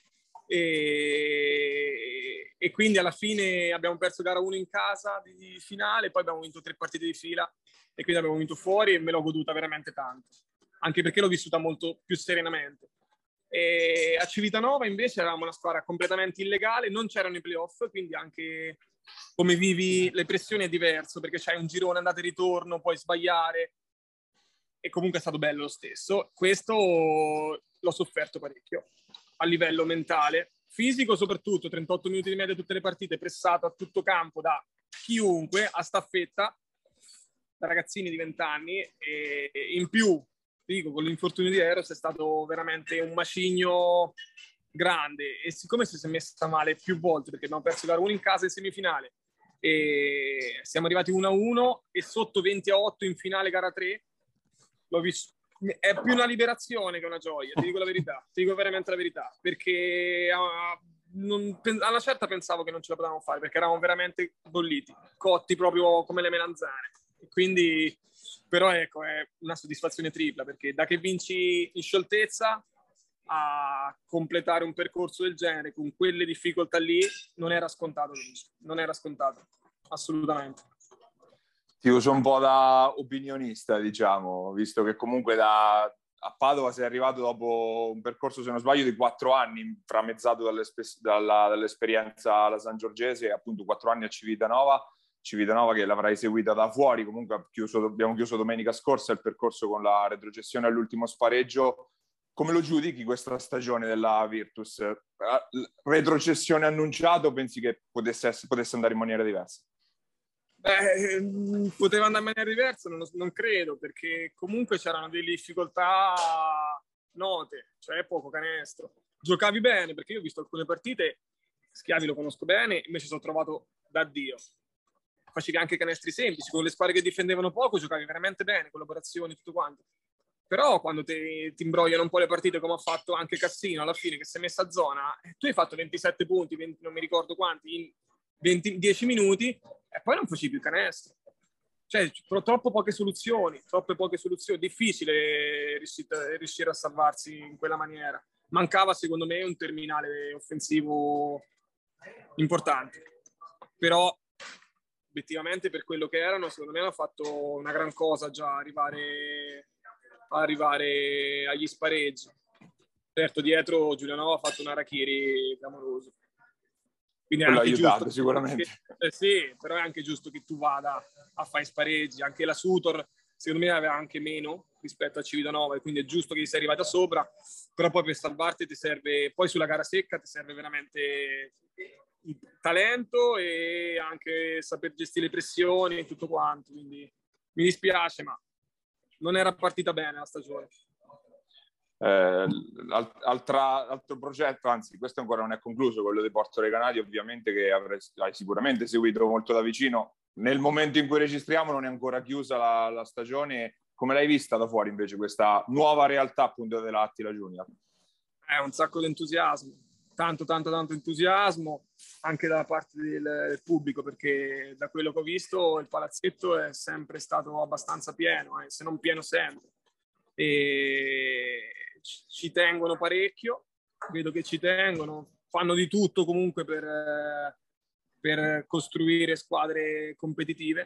e quindi alla fine abbiamo perso gara 1 in casa di finale, poi abbiamo vinto 3 partite di fila e quindi abbiamo vinto fuori, e me l'ho goduta veramente tanto, anche perché l'ho vissuta molto più serenamente. E a Civitanova invece eravamo una squadra completamente illegale, non c'erano i playoff, quindi anche come vivi le pressioni è diverso, perché c'hai un girone andata e ritorno, puoi sbagliare, e comunque è stato bello lo stesso. Questo l'ho sofferto parecchio a livello mentale, fisico soprattutto, 38 minuti di media tutte le partite, pressato a tutto campo da chiunque, a staffetta, da ragazzini di 20 anni, e in più, dico, con l'infortunio di Eros è stato veramente un macigno grande, e siccome si è messa male più volte, perché abbiamo perso gara 1 in casa in semifinale, e siamo arrivati 1-1 e sotto 20-8 in finale gara 3, l'ho visto. È più una liberazione che una gioia, ti dico la verità, ti dico veramente la verità, perché alla certa pensavo che non ce la potevamo fare, perché eravamo veramente bolliti, cotti proprio come le melanzane. E quindi, però ecco, è una soddisfazione tripla, perché da che vinci in scioltezza a completare un percorso del genere con quelle difficoltà lì non era scontato, non era scontato, assolutamente. Ti uso un po' da opinionista, diciamo, visto che comunque a Padova sei arrivato dopo un percorso, se non sbaglio, di 4 anni, framezzato dall'esperienza alla San Giorgese, e appunto 4 anni a Civitanova che l'avrai seguita da fuori. Comunque abbiamo chiuso domenica scorsa il percorso con la retrocessione all'ultimo spareggio. Come lo giudichi questa stagione della Virtus? Retrocessione annunciato, pensi che potesse andare in maniera diversa? Poteva andare in maniera diversa, non credo, perché comunque c'erano delle difficoltà note, cioè poco canestro. Giocavi bene, perché io ho visto alcune partite, Schiavi lo conosco bene, invece sono trovato da Dio. Facevi anche canestri semplici, con le squadre che difendevano poco giocavi veramente bene, collaborazioni, tutto quanto. Però quando ti imbrogliano un po' le partite, come ha fatto anche Cassino alla fine, che si è messa a zona, tu hai fatto 27 punti, 20, non mi ricordo quanti, in 10 minuti, e poi non facevi più canestro. Cioè, troppo poche soluzioni, difficile riuscire a salvarsi in quella maniera. Mancava, secondo me, un terminale offensivo importante. Però, obiettivamente, per quello che erano, secondo me hanno fatto una gran cosa già arrivare agli spareggi. Certo, dietro Giulianova ha fatto un harakiri clamoroso. Quindi è anche aiutato, giusto, sicuramente. Sì, però è anche giusto che tu vada a fare spareggi. Anche la Sutor, secondo me, aveva anche meno rispetto a Civitanova, e quindi è giusto che gli sei arrivata sopra. Però poi per salvarti ti serve, poi sulla gara secca ti serve veramente il talento e anche saper gestire le pressioni e tutto quanto. Quindi mi dispiace, ma non era partita bene la stagione. Altro progetto, anzi questo ancora non è concluso, quello di Porto Recanati, ovviamente, che hai sicuramente seguito molto da vicino. Nel momento in cui registriamo non è ancora chiusa la stagione. Come l'hai vista da fuori invece questa nuova realtà, appunto, dell'Attila Junior? È un sacco di entusiasmo, tanto entusiasmo anche da parte del pubblico, perché da quello che ho visto il palazzetto è sempre stato abbastanza pieno, se non pieno sempre, e ci tengono parecchio, vedo che ci tengono, fanno di tutto comunque per costruire squadre competitive,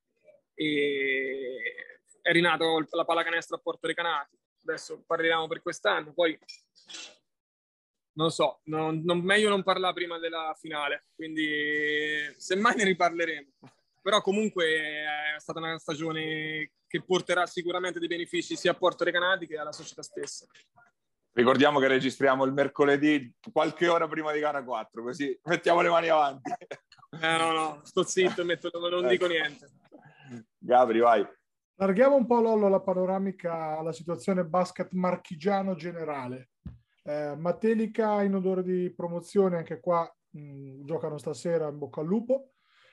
e è rinato la pallacanestro a Porto Recanati. Adesso parliamo per quest'anno, poi non so, meglio non parlare prima della finale, quindi semmai ne riparleremo. Però comunque è stata una stagione che porterà sicuramente dei benefici sia a Porto Recanati che alla società stessa. Ricordiamo che registriamo il mercoledì, qualche ora prima di gara 4, così mettiamo le mani avanti. No, sto zitto, non dico niente. Gabri, vai. Larghiamo un po', Lollo, la panoramica alla situazione basket marchigiano generale. Matelica in odore di promozione, anche qua giocano stasera, in bocca al lupo.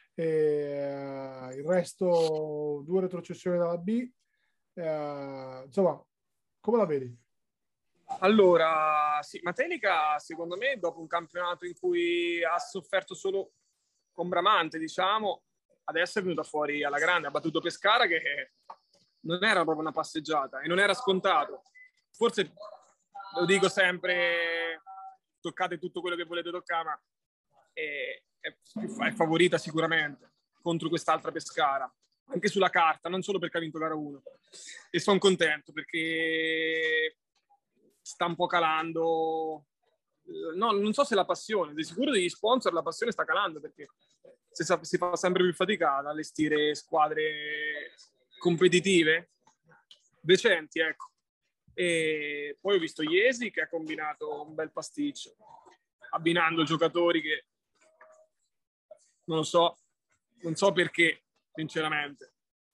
Il resto 2 retrocessioni dalla B. Insomma, come la vedi? Allora, sì, Matelica secondo me, dopo un campionato in cui ha sofferto solo con Bramante, diciamo, adesso è venuta fuori alla grande, ha battuto Pescara, che non era proprio una passeggiata e non era scontato. Forse, lo dico sempre, toccate tutto quello che volete toccare, ma è favorita sicuramente contro quest'altra Pescara, anche sulla carta, non solo perché ha vinto gara 1. E sono contento perché sta un po' calando, no, non so se la passione, di sicuro degli sponsor la passione sta calando, perché si fa sempre più fatica ad allestire squadre competitive decenti, ecco. E poi ho visto Iesi che ha combinato un bel pasticcio, abbinando giocatori che non so perché, sinceramente.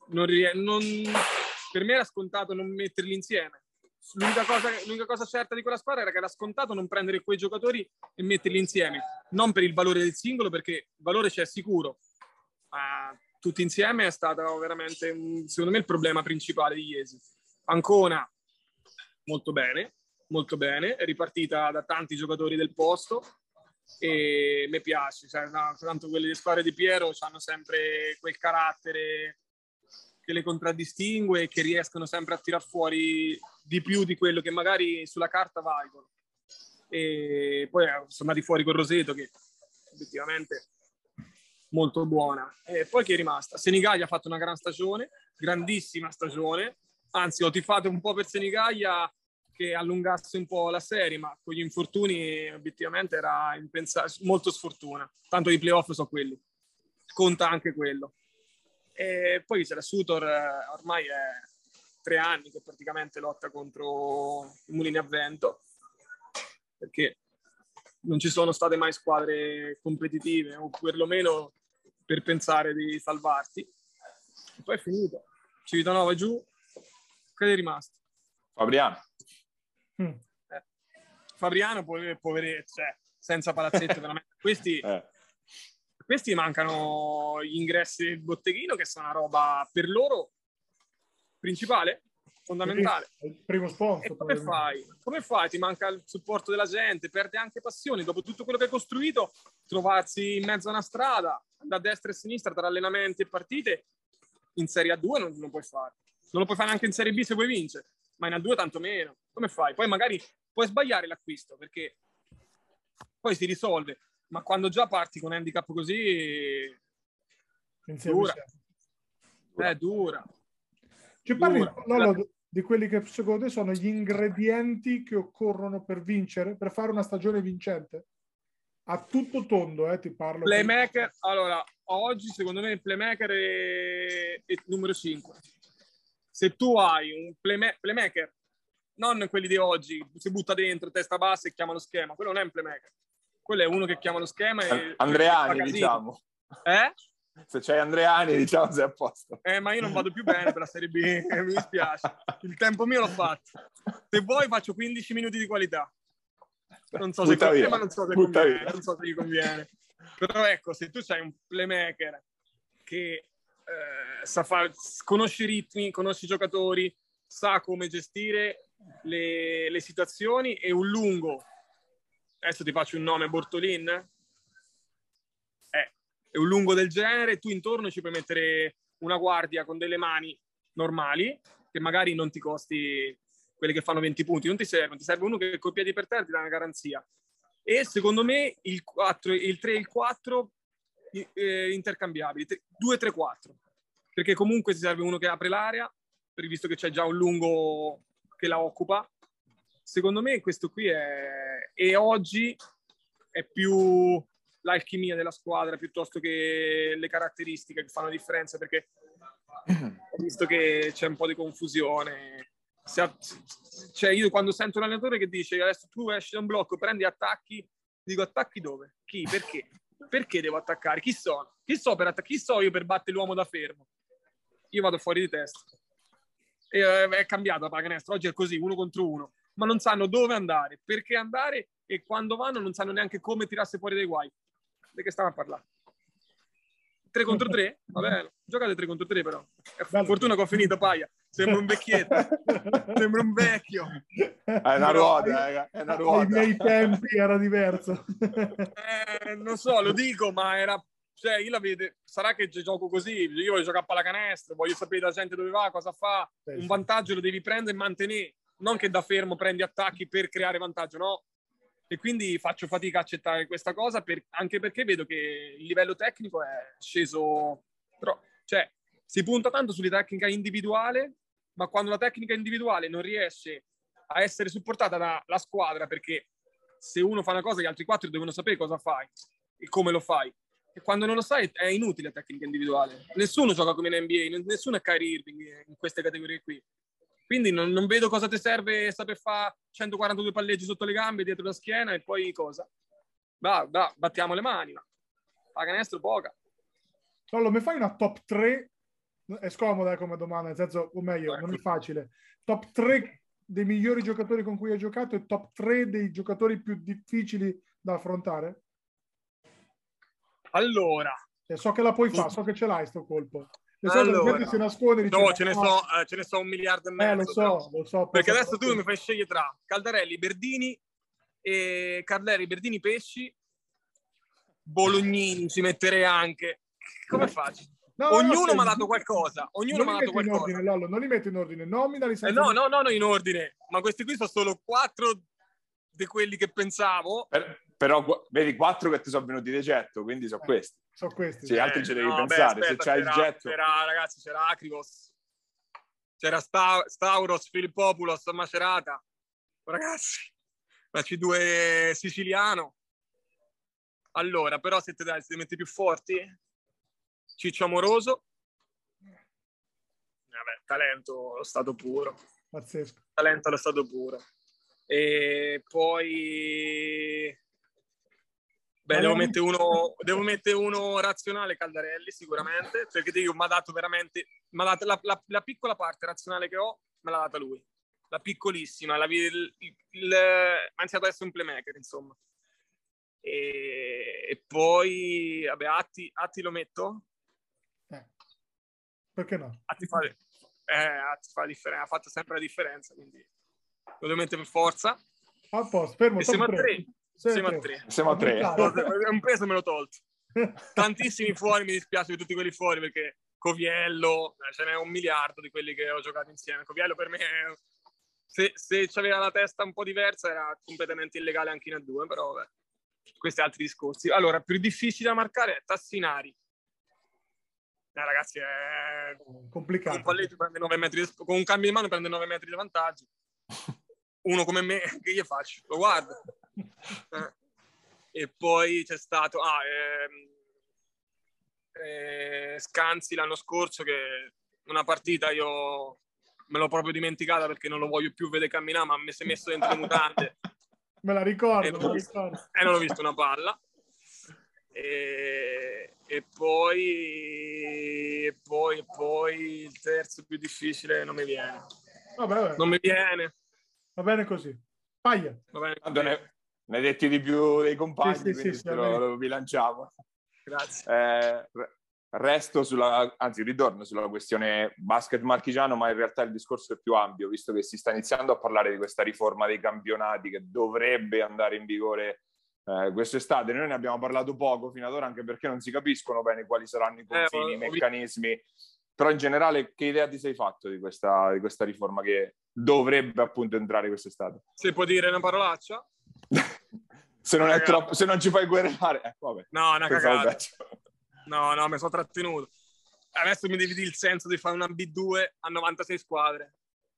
Per me era scontato non metterli insieme. L'unica cosa certa di quella squadra era che era scontato non prendere quei giocatori e metterli insieme, non per il valore del singolo, perché il valore c'è sicuro, ma tutti insieme è stato veramente, secondo me, il problema principale di Iesi. Ancona molto bene, è ripartita da tanti giocatori del posto e mi piace, cioè, tanto quelle squadre di Piero hanno sempre quel carattere che le contraddistingue e che riescono sempre a tirar fuori di più di quello che magari sulla carta valgono. E poi sono andati fuori con Roseto, che obiettivamente molto buona. E poi chi è rimasta? Senigallia ha fatto una gran stagione, grandissima stagione, anzi ho tifato un po' per Senigallia che allungasse un po' la serie, ma con gli infortuni obiettivamente era molto sfortuna, tanto i playoff sono quelli, conta anche quello. E poi c'è la Sutor, ormai è 3 anni che praticamente lotta contro i mulini a vento, perché non ci sono state mai squadre competitive, o perlomeno per pensare di salvarti. E poi è finito. Civitanova giù, che è rimasto? Fabriano. Fabriano, poveretto, cioè, senza palazzetto veramente. Questi mancano gli ingressi del botteghino, che sono una roba per loro principale, fondamentale. Il primo sponsor. E come fai? Ti manca il supporto della gente, perde anche passione. Dopo tutto quello che hai costruito, trovarsi in mezzo a una strada, da destra e a sinistra, tra allenamenti e partite, in Serie A2 non lo puoi fare. Non lo puoi fare neanche in Serie B se vuoi vincere, ma in A2 tanto meno. Come fai? Poi magari puoi sbagliare l'acquisto, perché poi si risolve. Ma quando già parti con handicap così, dura. Dura. Ci parli di quelli che secondo te sono gli ingredienti che occorrono per vincere, per fare una stagione vincente? A tutto tondo, ti parlo. Playmaker, allora, oggi secondo me il playmaker è numero 5. Se tu hai un playmaker, non quelli di oggi, si butta dentro, testa bassa e chiama lo schema, quello non è un playmaker. Quello è uno che chiama lo schema e Andreani, diciamo. Se c'hai Andreani, diciamo, sei a posto. Ma io non vado più bene per la Serie B, mi dispiace. Il tempo mio l'ho fatto. Se vuoi faccio 15 minuti di qualità. Non so se conviene, ma non so se gli conviene. Però ecco, se tu c'hai un playmaker che conosce i ritmi, conosce i giocatori, sa come gestire le situazioni, e un lungo, adesso ti faccio un nome, Bortolin, è un lungo del genere, tu intorno ci puoi mettere una guardia con delle mani normali, che magari non ti costi quelle che fanno 20 punti, non ti serve uno che coi piedi per terra ti dà una garanzia. E secondo me il 4, il 3 e il 4 intercambiabili, 2, 3, 4, perché comunque ti serve uno che apre l'area, visto che c'è già un lungo che la occupa. Secondo me questo qui e oggi è più l'alchimia della squadra piuttosto che le caratteristiche che fanno la differenza, perché ho visto che c'è un po' di confusione. Cioè, io quando sento un allenatore che dice adesso tu esci da un blocco, prendi attacchi, dico attacchi dove? Chi? Perché? Perché devo attaccare? Chi sono? Chi so per attaccare? Chi so io per battere l'uomo da fermo? Io vado fuori di testa. E è cambiata la pallacanestro, oggi è così, 1 contro 1, ma non sanno dove andare, perché andare, e quando vanno non sanno neanche come tirarsi fuori dai guai. Di che stiamo a parlare? 3 contro 3? Va bene, giocate 3 contro 3 però. È fortuna che ho finito, paia. Sembra un vecchietto. Sembra un vecchio. È una ruota, è una ruota. Ai miei tempi era diverso. Non so, lo dico, ma era... Cioè, io la vedo, sarà che gioco così, io voglio giocare a pallacanestro, voglio sapere la gente dove va, cosa fa. Un vantaggio lo devi prendere e mantenere, non che da fermo prendi attacchi per creare vantaggio, no? E quindi faccio fatica a accettare questa cosa, anche perché vedo che il livello tecnico è sceso, però, cioè, si punta tanto sulla tecnica individuale, ma quando la tecnica individuale non riesce a essere supportata dalla squadra, perché se uno fa una cosa gli altri 4 devono sapere cosa fai e come lo fai, e quando non lo sai è inutile la tecnica individuale. Nessuno gioca come in NBA, nessuno è Kyrie Irving in queste categorie qui. Quindi non vedo cosa ti serve saper fare 142 palleggi sotto le gambe, dietro la schiena e poi cosa? Battiamo le mani, ma la canestro poca. Allora, mi fai una top 3? È scomoda come domanda, nel senso, o meglio, non è facile. Top 3 dei migliori giocatori con cui hai giocato e top 3 dei giocatori più difficili da affrontare? Allora. So che la puoi fare, so che ce l'hai sto colpo. Allora, si nasconde, dice, no, ce ne so 1,5 miliardi. Lo so. Perché adesso tu mi fai scegliere tra Caldarelli, Berdini e Carleri, Berdini, Pesci, Bolognini ci metterei anche. Come faccio? Ognuno mi ha dato qualcosa. Ognuno mi ha dato qualcosa. Ordine, Lollo, non li metti in ordine, nominali senza... No, in ordine. Ma questi qui sono solo 4 di quelli che pensavo. Però vedi 4 che ti sono venuti di getto, quindi sono questi. Sono questi. Sì, altri ce devi pensare. Aspetta, se c'hai il getto... Ragazzi, c'era Akrivos, c'era Stauros, Filippopoulos, Macerata. Ragazzi, la C2 siciliano. Allora, però se ti metti più forti, Ciccio Amoroso. Vabbè, talento allo stato puro. Pazzesco. Talento allo stato puro. E poi... Beh, devo mettere uno razionale, Caldarelli, sicuramente, perché ti dico, mi ha dato veramente... la piccola parte razionale che ho, me l'ha data lui. La piccolissima. Ha iniziato ad essere un playmaker, insomma. E poi, vabbè, Atti lo metto? Perché no? Atti fa la differenza, ha fatto sempre la differenza, quindi lo devo mettere per forza. A posto, fermo, siamo a 3. Siamo a 3. Un peso me l'ho tolto. Tantissimi fuori, mi dispiace di tutti quelli fuori, perché Coviello, ce n'è 1 miliardo di quelli che ho giocato insieme. Coviello per me, se c'aveva la testa un po' diversa, era completamente illegale anche in A2, però vabbè. Questi altri discorsi. Allora, più difficile da marcare è Tassinari. Ragazzi, è complicato. Un palletto prende 9 metri con un cambio di mano prende 9 metri di vantaggio. Uno come me, che gli faccio? Lo guardo. E poi c'è stato Scanzi l'anno scorso, che una partita io me l'ho proprio dimenticata perché non lo voglio più vedere camminare, ma mi si è messo dentro le mutande. Me la ricordo. E non ho visto una palla. E poi il terzo più difficile non mi viene. Vabbè. Non mi viene. Va bene così. Paglia. Ne hai detti di più dei compagni, sì, lo bilanciamo. Grazie. Ritorno sulla questione basket marchigiano, ma in realtà il discorso è più ampio, visto che si sta iniziando a parlare di questa riforma dei campionati che dovrebbe andare in vigore quest'estate. Noi ne abbiamo parlato poco fino ad ora, anche perché non si capiscono bene quali saranno i confini, i meccanismi. Però in generale che idea ti sei fatto di questa riforma che dovrebbe appunto entrare quest'estate? Se può dire una parolaccia? Se non è troppo, se non ci fai querelare, vabbè. No, una cagata. No, mi sono trattenuto. Adesso mi devi dire il senso di fare una B2 a 96 squadre.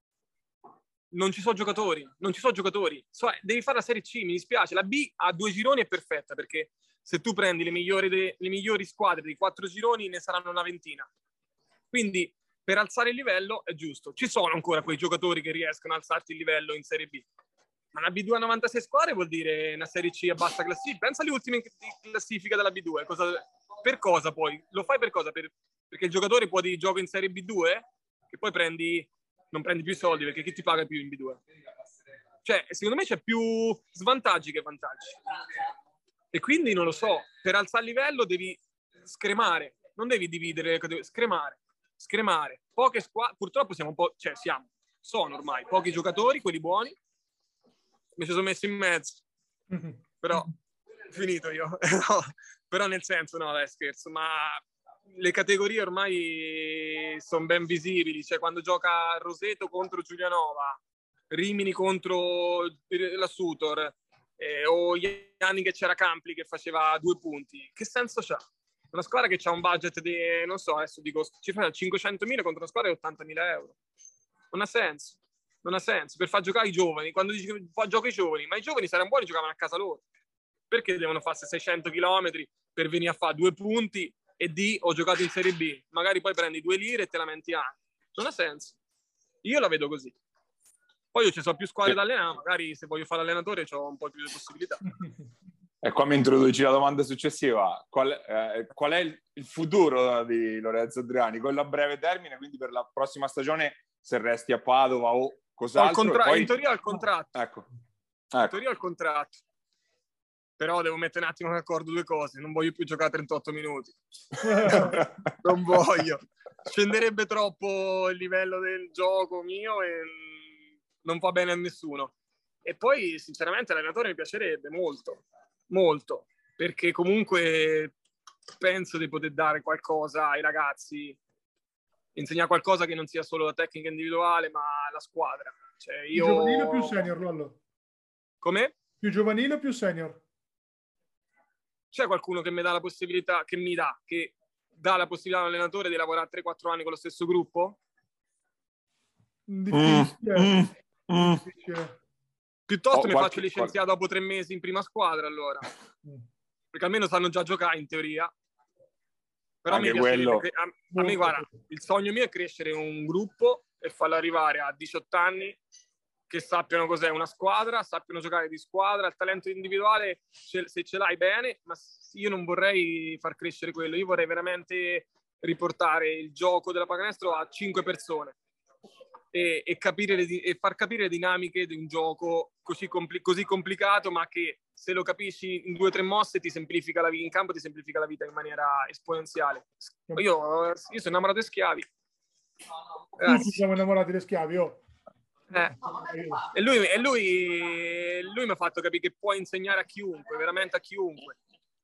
Non ci sono giocatori. Devi fare la Serie C, mi dispiace. La B a 2 gironi è perfetta, perché se tu prendi le migliori squadre di 4 gironi ne saranno una ventina. Quindi per alzare il livello è giusto. Ci sono ancora quei giocatori che riescono a alzarti il livello in Serie B. Ma una B2 a 96 squadre vuol dire una Serie C a bassa classifica. Pensa alle ultime classifiche della B2. Per cosa poi? Lo fai per cosa? Perché il giocatore può dire gioco in Serie B2 che poi non prendi più soldi, perché chi ti paga più in B2? Cioè, secondo me c'è più svantaggi che vantaggi. E quindi non lo so, per alzare il livello devi scremare, non devi dividere, scremare. Poche squadre, purtroppo sono ormai pochi giocatori, quelli buoni. Mi ci sono messo in mezzo, però finito io. No, però nel senso, no, dai, scherzo, ma le categorie ormai sono ben visibili. Cioè, quando gioca Roseto contro Giulianova, Rimini contro la Sutor, o gli anni che c'era Campli che faceva 2 punti, che senso c'ha? Una squadra che ha un budget di, non so, adesso dico, ci fa 500.000 contro una squadra di 80.000 euro. Non ha senso. Per far giocare i giovani, quando dici che gioca i giovani, ma i giovani saranno buoni, giocavano a casa loro. Perché devono farsi 600 chilometri per venire a fare 2 punti e ho giocato in Serie B? Magari poi prendi 2 lire e te lamenti anche. Non ha senso. Io la vedo così. Poi io ci so più squadre da allenare, magari se voglio fare allenatore ho un po' più di possibilità. E qua mi introduci la domanda successiva. Qual è il futuro di Lorenzo Andreani? Quello a breve termine, quindi per la prossima stagione, se resti a Padova o cos'altro? In teoria al contratto. Ecco. In teoria al contratto. Però devo mettere un attimo in accordo due cose. Non voglio più giocare 38 minuti. Non voglio. Scenderebbe troppo il livello del gioco mio e non va bene a nessuno. E poi, sinceramente, l'allenatore mi piacerebbe molto. Molto. Perché comunque penso di poter dare qualcosa ai ragazzi. Insegnare qualcosa che non sia solo la tecnica individuale, ma la squadra. Cioè, io... Più giovanile o più senior, Lollo? Come? Più giovanile o più senior? C'è qualcuno che mi dà la possibilità, che dà la possibilità all'allenatore di lavorare 3-4 anni con lo stesso gruppo? Difficile. Piuttosto mi faccio licenziare dopo 3 mesi in prima squadra, allora. Perché almeno sanno già giocare, in teoria. Però anche mi piacerebbe a me, guarda, il sogno mio è crescere un gruppo e farlo arrivare a 18 anni che sappiano cos'è una squadra, sappiano giocare di squadra, il talento individuale se ce l'hai bene, ma io non vorrei far crescere quello, io vorrei veramente riportare il gioco della pallacanestro a 5 persone e far capire le dinamiche di un gioco così complicato, ma che se lo capisci in 2 o 3 mosse ti semplifica la vita in campo, ti semplifica la vita in maniera esponenziale. Io sono innamorato di schiavi. Tutti siamo innamorati di schiavi, oh. E lui mi ha fatto capire che puoi insegnare a chiunque, veramente a chiunque.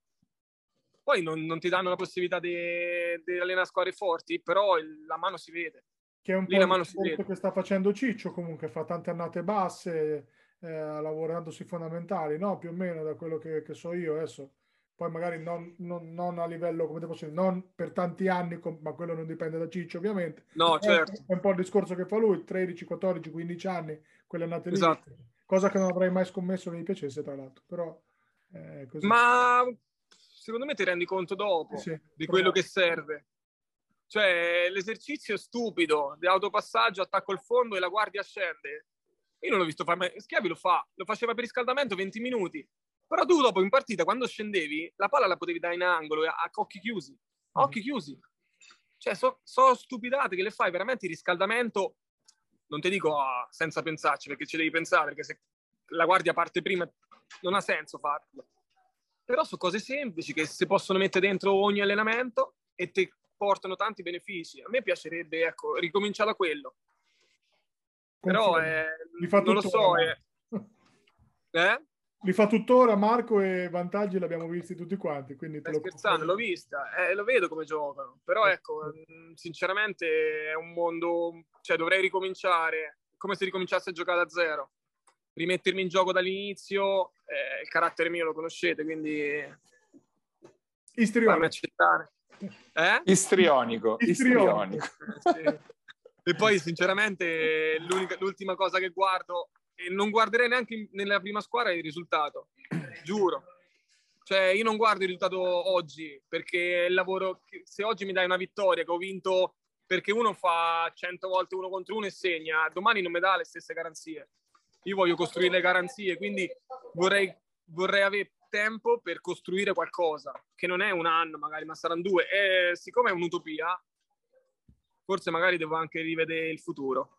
Poi non ti danno la possibilità di allenare squadre forti, però la mano si vede. Che è un po' il discorso che sta facendo Ciccio, comunque fa tante annate basse, lavorando sui fondamentali, no? Più o meno da quello che so io adesso. Poi magari non a livello, come devo dire, non per tanti anni, ma quello non dipende da Ciccio ovviamente. No, certo. È un po' il discorso che fa lui, 13, 14, 15 anni, quelle annate lì. Esatto. Cosa che non avrei mai scommesso che mi piacesse, tra l'altro. Però, così. Ma secondo me ti rendi conto dopo di quello che serve. Cioè, l'esercizio stupido di autopassaggio, attacco al fondo e la guardia scende. Io non l'ho visto fare, ma Schiavi lo faceva per riscaldamento 20 minuti. Però tu dopo in partita, quando scendevi, la palla la potevi dare in angolo a occhi chiusi. A occhi chiusi. Cioè, so stupidate che le fai veramente il riscaldamento. Non ti dico senza pensarci, perché ci devi pensare, perché se la guardia parte prima non ha senso farlo. Però sono cose semplici che si possono mettere dentro ogni allenamento e ti portano tanti benefici. A me piacerebbe, ecco, ricominciare da quello. Però non lo so. Li fa tuttora Marco e vantaggi l'abbiamo visti tutti quanti. Quindi scherzando, l'ho vista, lo vedo come giocano. Però ecco, sinceramente è un mondo, cioè dovrei ricominciare, come se ricominciasse a giocare da zero. Rimettermi in gioco dall'inizio, il carattere mio lo conoscete, quindi farmi accettare. Istrionico. Sì. E poi sinceramente l'ultima cosa che guardo, e non guarderei neanche nella prima squadra, è il risultato, giuro. Cioè io non guardo il risultato oggi, perché il lavoro, se oggi mi dai una vittoria che ho vinto perché uno fa 100 volte 1 contro 1 e segna, domani non mi dà le stesse garanzie. Io voglio costruire le garanzie, quindi vorrei avere tempo per costruire qualcosa, che non è un anno magari, ma saranno 2. E siccome è un'utopia, forse magari devo anche rivedere il futuro.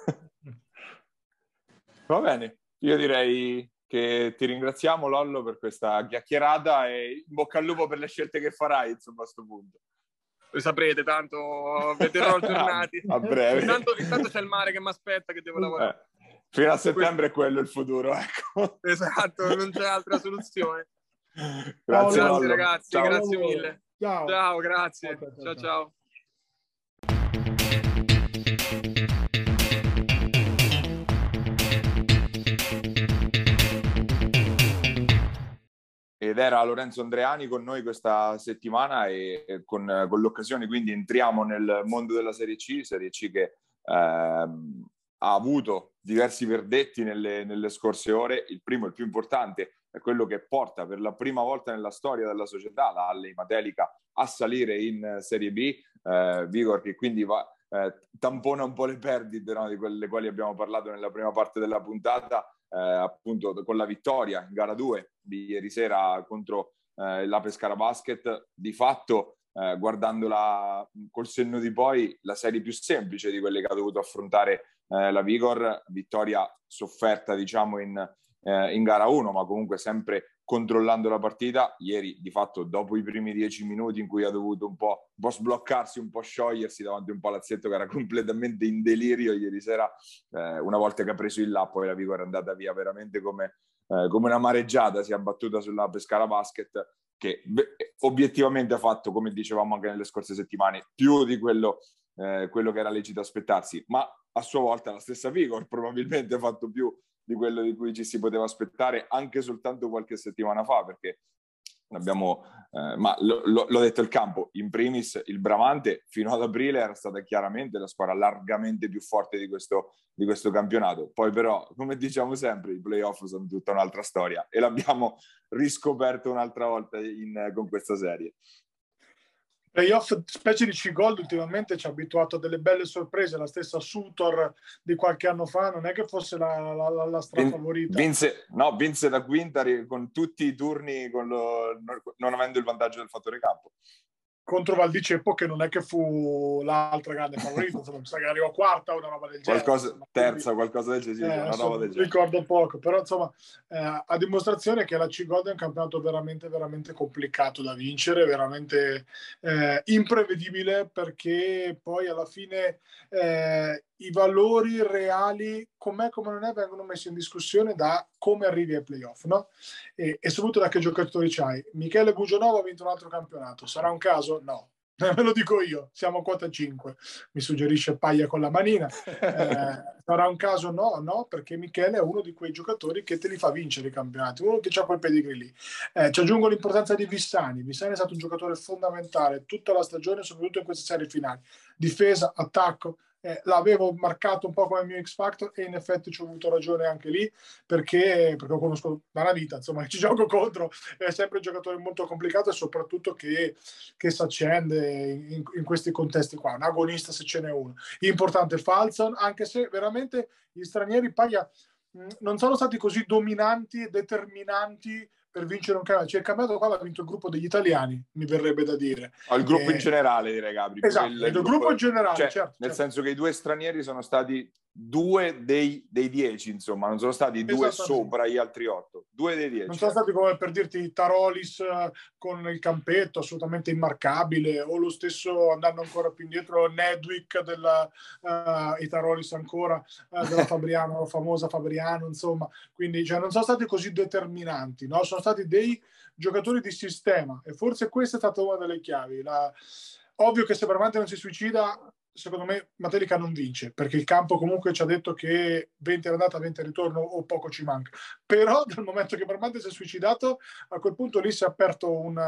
Va bene, io direi che ti ringraziamo, Lollo, per questa chiacchierata e in bocca al lupo per le scelte che farai, insomma, a questo punto. Lo saprete, tanto vedrò aggiornati. A breve. Intanto c'è il mare che mi aspetta, che devo lavorare. Fino a settembre è quello il futuro, ecco. Esatto, non c'è altra soluzione. Grazie ragazzi, ciao, grazie mille. Ciao, grazie. Ciao. Ed era Lorenzo Andreani con noi questa settimana e con l'occasione quindi entriamo nel mondo della Serie C che ha avuto diversi verdetti nelle scorse ore. Il primo, il più importante, è quello che porta per la prima volta nella storia della società la Halle Matelica a salire in Serie B. Vigor che quindi va tampona un po' le perdite, no, di quelle quali abbiamo parlato nella prima parte della puntata, appunto con la vittoria in gara 2 di ieri sera contro la Pescara Basket. Di fatto, guardandola col senno di poi, la serie più semplice di quelle che ha dovuto affrontare la Vigor, vittoria sofferta diciamo in gara 1, ma comunque sempre controllando la partita. Ieri di fatto, dopo i primi 10 minuti in cui ha dovuto un po' sbloccarsi, un po' sciogliersi davanti a un palazzetto che era completamente in delirio, ieri sera una volta che ha preso il là, poi la Vigor è andata via veramente come una mareggiata, si è abbattuta sulla Pescara Basket, che obiettivamente ha fatto, come dicevamo anche nelle scorse settimane, più di quello che era lecito aspettarsi, ma a sua volta la stessa Vigor probabilmente ha fatto più di quello di cui ci si poteva aspettare anche soltanto qualche settimana fa, perché abbiamo, ma l'ho detto il campo, in primis il Bramante fino ad aprile era stata chiaramente la squadra largamente più forte di questo campionato. Poi però, come diciamo sempre, i playoff sono tutta un'altra storia e l'abbiamo riscoperto un'altra volta con questa serie. Playoff, specie di C-Gold, ultimamente ci ha abituato a delle belle sorprese. La stessa Sutor di qualche anno fa non è che fosse la strafavorita. Vinse da quinta con tutti i turni non avendo il vantaggio del fattore campo. Contro Val di Ceppo, che non è che fu l'altra grande favorita, insomma, mi sa che arrivò quarta o una roba del genere. Terza, qualcosa del genere, una roba del genere. Ricordo poco, però insomma, a dimostrazione che la C-Gold è un campionato veramente, veramente complicato da vincere, veramente imprevedibile, perché poi alla fine i valori reali, com'è come non è, vengono messi in discussione da come arrivi ai playoff, no? E soprattutto da che giocatori c'hai. Michele Bugionova ha vinto un altro campionato, sarà un caso? No. Ve lo dico io, siamo quota 5, mi suggerisce Paglia con la manina. Sarà un caso? No, perché Michele è uno di quei giocatori che te li fa vincere i campionati, uno che ha quel pedigree lì. Ci aggiungo l'importanza di Vissani. Vissani è stato un giocatore fondamentale tutta la stagione, soprattutto in queste serie finali. Difesa, attacco. L'avevo marcato un po' come mio X Factor e in effetti ci ho avuto ragione anche lì, perché lo conosco dalla vita, insomma, ci gioco contro, è sempre un giocatore molto complicato e soprattutto che si accende in questi contesti qua, un agonista se ce n'è uno. Importante Falzon, anche se veramente gli stranieri Paglia non sono stati così dominanti e determinanti per vincere un campionato. Cioè, il campionato qua l'ha vinto il gruppo degli italiani, mi verrebbe da dire. Il gruppo in generale, direi, Gabri. Esatto, il gruppo in generale, cioè, certo. Nel senso che i due stranieri sono stati 2 dei 10, insomma, non sono stati 2 sopra gli altri 8. 2 dei 10. Non sono stati come per dirti Tarolis con il campetto assolutamente immarcabile, o lo stesso, andando ancora più indietro, Nedwick i Tarolis ancora della Fabriano, la famosa Fabriano, insomma. Quindi non sono stati così determinanti, no? Sono stati dei giocatori di sistema e forse questa è stata una delle chiavi. Ovvio che se Bramante non si suicida, secondo me Matelica non vince, perché il campo comunque ci ha detto che 20 all'andata, 20 al ritorno o poco ci manca. Però dal momento che Bramante si è suicidato, a quel punto lì si è aperto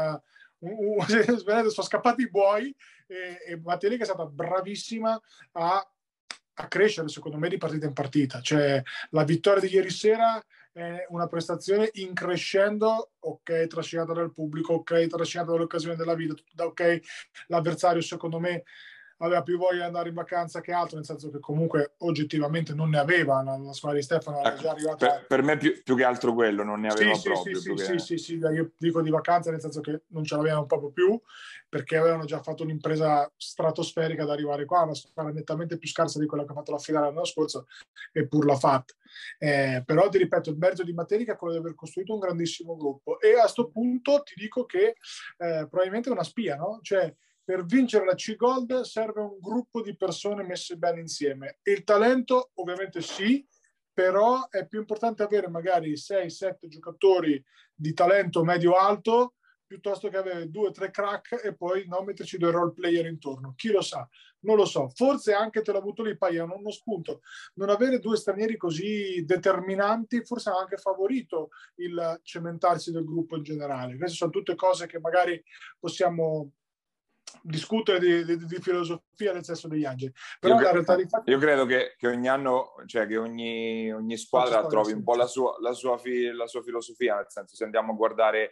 sono scappati i buoi e Matelica è stata bravissima a crescere, secondo me, di partita in partita. Cioè, la vittoria di ieri sera è una prestazione in crescendo, ok, trascinata dal pubblico, ok, trascinata dall'occasione della vita, ok, l'avversario secondo me aveva più voglia di andare in vacanza che altro, nel senso che comunque oggettivamente non ne aveva, la squadra di Stefano era già arrivata... Per me più che altro quello, non ne aveva proprio. Sì, io dico di vacanza nel senso che non ce l'avevano proprio più, perché avevano già fatto un'impresa stratosferica ad arrivare qua, una squadra nettamente più scarsa di quella che ha fatto la finale l'anno scorso, eppur l'ha fatta. Però ti ripeto, il merito di Matelica è quello di aver costruito un grandissimo gruppo, e a sto punto ti dico che probabilmente è una spia, no? Cioè, per vincere la C-Gold serve un gruppo di persone messe bene insieme. Il talento ovviamente sì, però è più importante avere magari 6-7 giocatori di talento medio-alto piuttosto che avere 2-3 crack e poi metterci 2 role player intorno. Chi lo sa? Non lo so. Forse anche te l'ho avuto lì, Paia, uno spunto. Non avere 2 stranieri così determinanti forse ha anche favorito il cementarsi del gruppo in generale. Queste sono tutte cose che magari possiamo discutere di filosofia nel senso degli angeli, però la realtà di fatto... Io credo che ogni anno, cioè che ogni squadra trovi un po' la sua filosofia, nel senso, se andiamo a guardare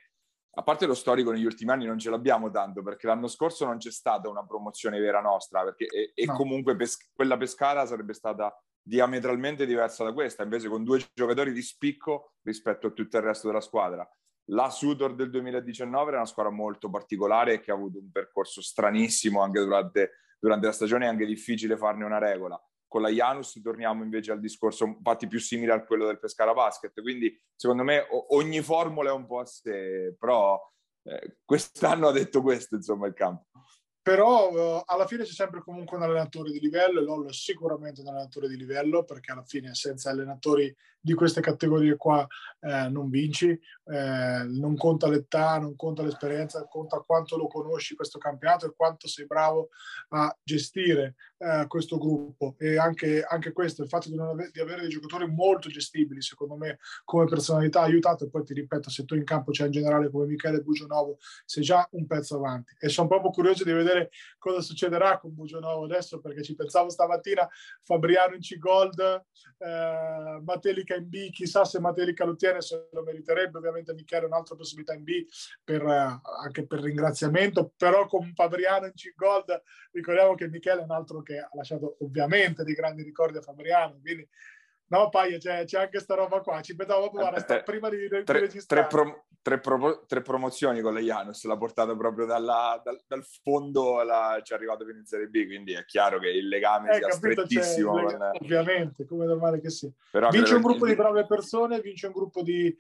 a parte lo storico negli ultimi anni non ce l'abbiamo tanto, perché l'anno scorso non c'è stata una promozione vera nostra, perché No. comunque quella Pescara sarebbe stata diametralmente diversa da questa, invece con 2 giocatori di spicco rispetto a tutto il resto della squadra. La Sutor del 2019 era una squadra molto particolare e che ha avuto un percorso stranissimo anche durante la stagione, è anche difficile farne una regola. Con la Janus torniamo invece al discorso infatti più simile a quello del Pescara Basket, quindi secondo me ogni formula è un po' a sé, però quest'anno ha detto questo, insomma, il campo. Però alla fine c'è sempre comunque un allenatore di livello, e Lollo è sicuramente un allenatore di livello, perché alla fine senza allenatori di queste categorie qua non vinci, non conta l'età, non conta l'esperienza, conta quanto lo conosci questo campionato e quanto sei bravo a gestire questo gruppo. E anche questo, il fatto di avere dei giocatori molto gestibili, secondo me come personalità ha aiutato. E poi ti ripeto, se tu in campo c'è in generale come Michele Bugionovo, sei già un pezzo avanti, e sono proprio curioso di vedere cosa succederà con Bugionovo adesso, perché ci pensavo stamattina. Fabriano in C-Gold, Matelica in B, chissà se Matelica lo tiene, se lo meriterebbe. Ovviamente Michele un'altra possibilità in B anche per ringraziamento, però con Fabriano in C-Gold ricordiamo che Michele è un altro che ha lasciato ovviamente dei grandi ricordi a Fabriano, quindi no, Paia, c'è anche sta roba qua. Ci pensavo proprio prima di registrare. Tre promozioni con la Janus, l'ha portata proprio dal fondo, ci è arrivato fino in Serie B, quindi è chiaro che il legame sia strettissimo. Ovviamente, come è normale che sia. Però vince un gruppo di brave persone, vince un gruppo di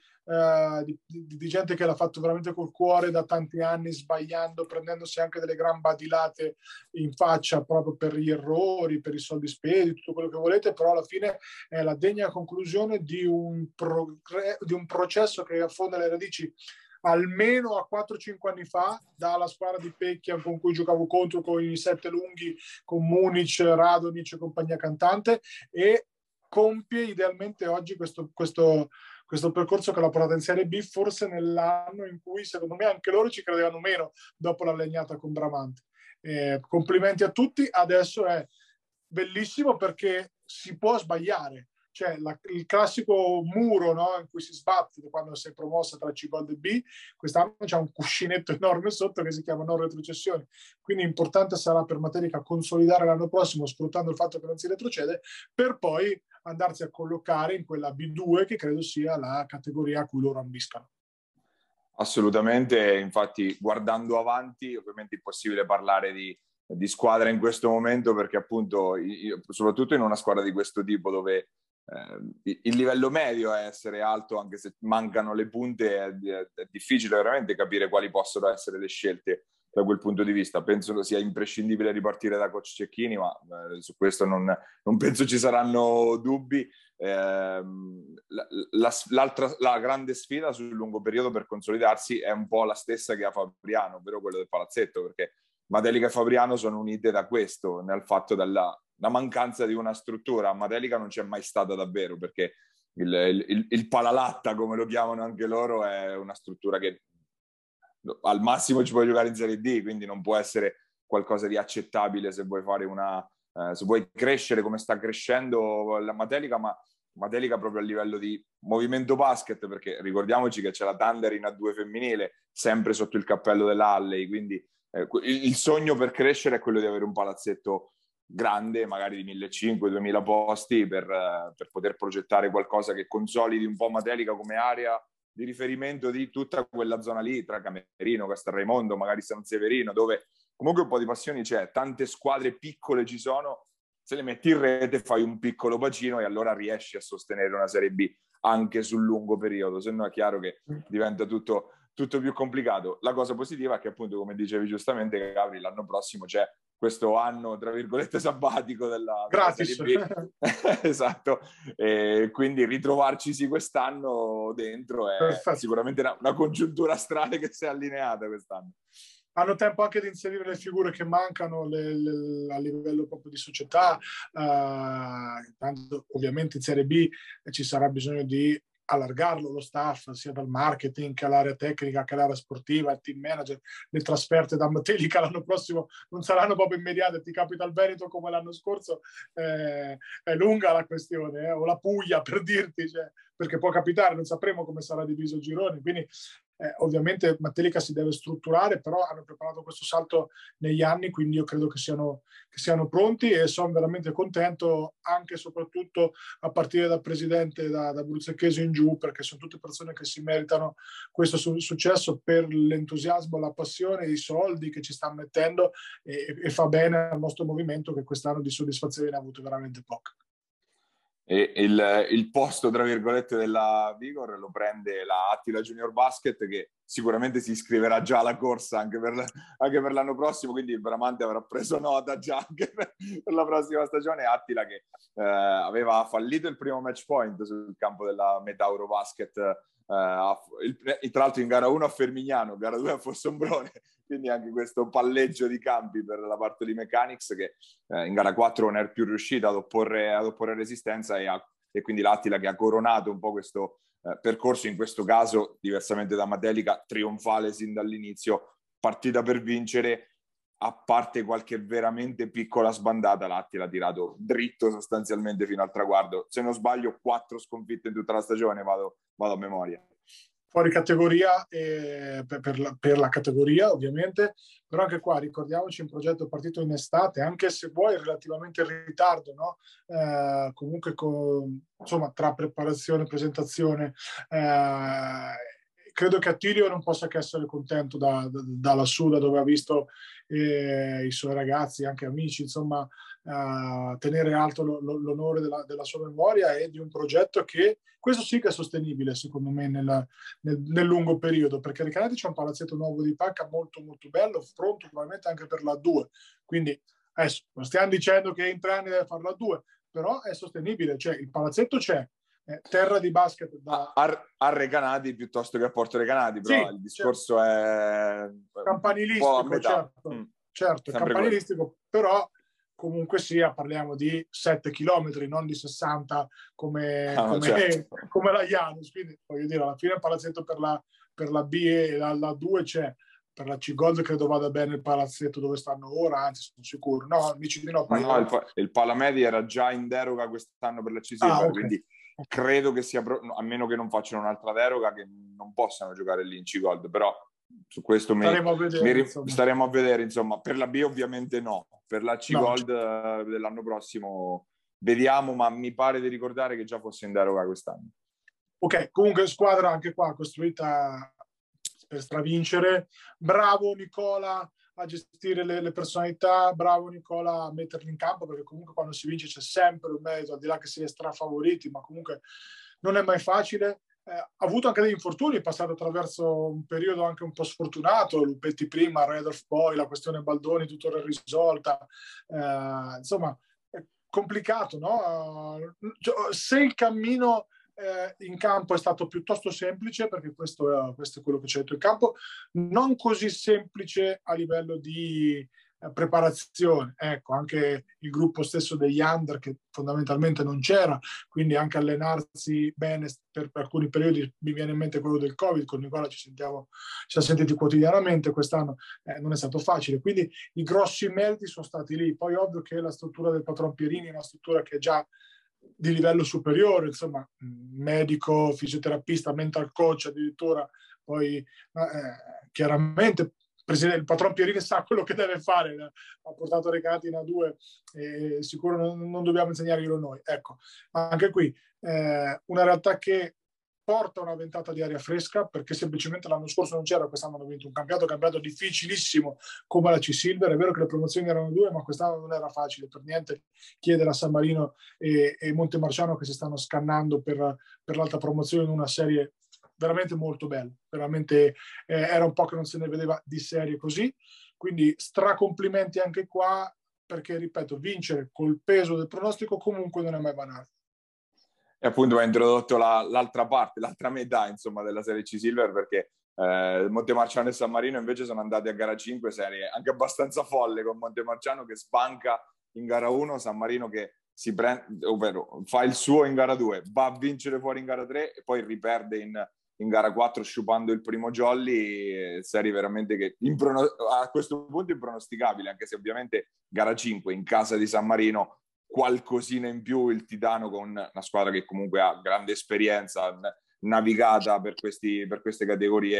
gente che l'ha fatto veramente col cuore da tanti anni, sbagliando, prendendosi anche delle gran badilate in faccia proprio per gli errori, per i soldi spesi, tutto quello che volete, però alla fine è la degna conclusione di un processo che affonda le radici almeno a 4-5 anni fa, dalla squadra di Pecchia con cui giocavo contro, con i Sette Lunghi, con Munic, Radonic e compagnia cantante, e compie idealmente oggi questo percorso che l'ha portata in Serie B, forse nell'anno in cui secondo me anche loro ci credevano meno dopo la legnata con Bramante. Complimenti a tutti. Adesso è bellissimo perché si può sbagliare, cioè il classico muro, no, in cui si sbatte quando sei promossa tra C-Gold e B. Quest'anno c'è un cuscinetto enorme sotto che si chiama non retrocessioni, quindi importante sarà per Matelica consolidare l'anno prossimo, sfruttando il fatto che non si retrocede, per poi andarsi a collocare in quella B2 che credo sia la categoria a cui loro ambiscano. Assolutamente, infatti guardando avanti ovviamente è impossibile parlare di squadra in questo momento, perché appunto soprattutto in una squadra di questo tipo dove il livello medio è essere alto, anche se mancano le punte, è difficile veramente capire quali possono essere le scelte da quel punto di vista. Penso che sia imprescindibile ripartire da coach Cecchini, ma su questo non penso ci saranno dubbi. La grande sfida sul lungo periodo per consolidarsi è un po' la stessa che ha Fabriano, ovvero quello del palazzetto, perché Matelica e Fabriano sono unite da questo, nel fatto della mancanza di una struttura. A Matelica non c'è mai stata davvero, perché il palalatta, come lo chiamano anche loro, è una struttura che al massimo ci puoi giocare in Serie D, quindi non può essere qualcosa di accettabile se vuoi fare se vuoi crescere come sta crescendo la Matelica, ma Matelica proprio a livello di movimento basket, perché ricordiamoci che c'è la Thunder in A2 femminile, sempre sotto il cappello dell'Alley, quindi il sogno per crescere è quello di avere un palazzetto grande, magari di 1.500-2.000 posti, per poter progettare qualcosa che consolidi un po' Matelica come area di riferimento di tutta quella zona lì, tra Camerino, Castelraimondo, magari San Severino, dove comunque un po' di passioni c'è, tante squadre piccole ci sono, se le metti in rete fai un piccolo bacino e allora riesci a sostenere una Serie B anche sul lungo periodo, se no è chiaro che diventa tutto più complicato. La cosa positiva è che appunto, come dicevi giustamente Gabri, l'anno prossimo c'è questo anno, tra virgolette, sabbatico della gratis Serie B. Esatto, e quindi ritrovarcisi quest'anno dentro è perfetto. Sicuramente una congiuntura strana che si è allineata quest'anno. Hanno tempo anche di inserire le figure che mancano a livello proprio di società. Tanto, ovviamente in Serie B ci sarà bisogno di allargarlo lo staff, sia dal marketing che all'area tecnica che all'area sportiva, il team manager. Le trasferte da Matelica l'anno prossimo non saranno proprio immediate, ti capita il Veneto come l'anno scorso, è lunga la questione, o la Puglia per dirti, cioè, perché può capitare, non sapremo come sarà diviso il girone, quindi Ovviamente Matelica si deve strutturare, però hanno preparato questo salto negli anni, quindi io credo che siano pronti, e sono veramente contento anche e soprattutto a partire dal presidente, da Bruzzecchese in giù, perché sono tutte persone che si meritano questo successo per l'entusiasmo, la passione, i soldi che ci stanno mettendo, e fa bene al nostro movimento, che quest'anno di soddisfazione ne ha avuto veramente poca. E il posto, tra virgolette, della Vigor lo prende la Attila Junior Basket, che sicuramente si iscriverà già alla corsa anche per l'anno prossimo, quindi il Bramante avrà preso nota già anche per la prossima stagione. Attila che aveva fallito il primo match point sul campo della Metauro Basket, tra l'altro in gara 1 a Fermignano, gara 2 a Fossombrone, quindi anche questo palleggio di campi per la parte di Mechanics, che in gara 4 non è più riuscita ad opporre resistenza, e quindi l'Attila che ha coronato un po' questo percorso, in questo caso, diversamente da Matelica, trionfale sin dall'inizio, partita per vincere. A parte qualche veramente piccola sbandata, l'Attila ha tirato dritto sostanzialmente fino al traguardo. Se non sbaglio, 4 sconfitte in tutta la stagione, vado a memoria. Fuori categoria, per la categoria ovviamente, però anche qua ricordiamoci un progetto partito in estate, anche se vuoi relativamente in ritardo, no? Comunque insomma, tra preparazione e presentazione, credo che Attilio non possa che essere contento da lassù, da dove ha visto i suoi ragazzi, anche amici, insomma, tenere alto l'onore della sua memoria, e di un progetto che, questo sì che è sostenibile secondo me nel lungo periodo, perché Recanati c'è un palazzetto nuovo di Pacca molto molto bello, pronto probabilmente anche per la 2, quindi adesso non stiamo dicendo che in 3 anni deve fare la 2, però è sostenibile, cioè il palazzetto c'è, terra di basket a Recanati piuttosto che a Porto Recanati, però sì, il discorso è campanilistico, certo, campanilistico, però comunque sia, parliamo di 7 chilometri, non di 60 come la Janus, quindi voglio dire, alla fine il palazzetto per la B e la 2 c'è. Per la C-Gold credo vada bene il palazzetto dove stanno ora, anzi sono sicuro. No, dici di no? Il Palamedi era già in deroga quest'anno per la C-Silver, okay. Quindi credo che sia, a meno che non facciano un'altra deroga, che non possano giocare lì in C-Gold, però su questo staremo a vedere, insomma. Per la B ovviamente no, per la C-Gold dell'anno prossimo vediamo, ma mi pare di ricordare che già fosse in deroga quest'anno. Ok, comunque squadra anche qua costruita per stravincere. Bravo Nicola a gestire le personalità, bravo Nicola a metterli in campo, perché comunque quando si vince c'è sempre un merito, al di là che si è strafavoriti, ma comunque non è mai facile. Ha avuto anche degli infortuni, è passato attraverso un periodo anche un po' sfortunato, Lupetti prima, Redolf poi, la questione Baldoni tuttora risolta, insomma è complicato, no? Se il cammino in campo è stato piuttosto semplice, perché questo è quello che c'è detto in campo, non così semplice a livello di preparazione. Ecco, anche il gruppo stesso degli under, che fondamentalmente non c'era, quindi anche allenarsi bene per alcuni periodi, mi viene in mente quello del Covid, con Nicola ci siamo sentiti quotidianamente, quest'anno non è stato facile, quindi i grossi meriti sono stati lì. Poi ovvio che la struttura del patron Pierini è una struttura che è già di livello superiore, insomma, medico, fisioterapista, mental coach addirittura, poi chiaramente il patron Pierini sa quello che deve fare, ha portato Recanati in A2 e sicuro non dobbiamo insegnarglielo noi. Ecco, anche qui una realtà che porta una ventata di aria fresca, perché semplicemente l'anno scorso non c'era, quest'anno hanno vinto un campionato difficilissimo come la C-Silver. È vero che le promozioni erano 2, ma quest'anno non era facile per niente chiedere a San Marino e Montemarciano, che si stanno scannando per l'alta promozione, in una serie veramente molto bella, veramente era un po' che non se ne vedeva di serie così, quindi stracomplimenti anche qua, perché ripeto, vincere col peso del pronostico comunque non è mai banale. E appunto ha introdotto l'altra parte, l'altra metà, insomma, della serie C-Silver, perché Montemarciano e San Marino invece sono andati a gara 5, serie anche abbastanza folle, con Montemarciano che sbanca in gara 1, San Marino che si prende, ovvero fa il suo in gara 2, va a vincere fuori in gara 3 e poi riperde in gara 4 sciupando il primo jolly, serie veramente che a questo punto impronosticabile, anche se ovviamente gara 5 in casa di San Marino, qualcosina in più il Titano, con una squadra che comunque ha grande esperienza, navigata per queste categorie,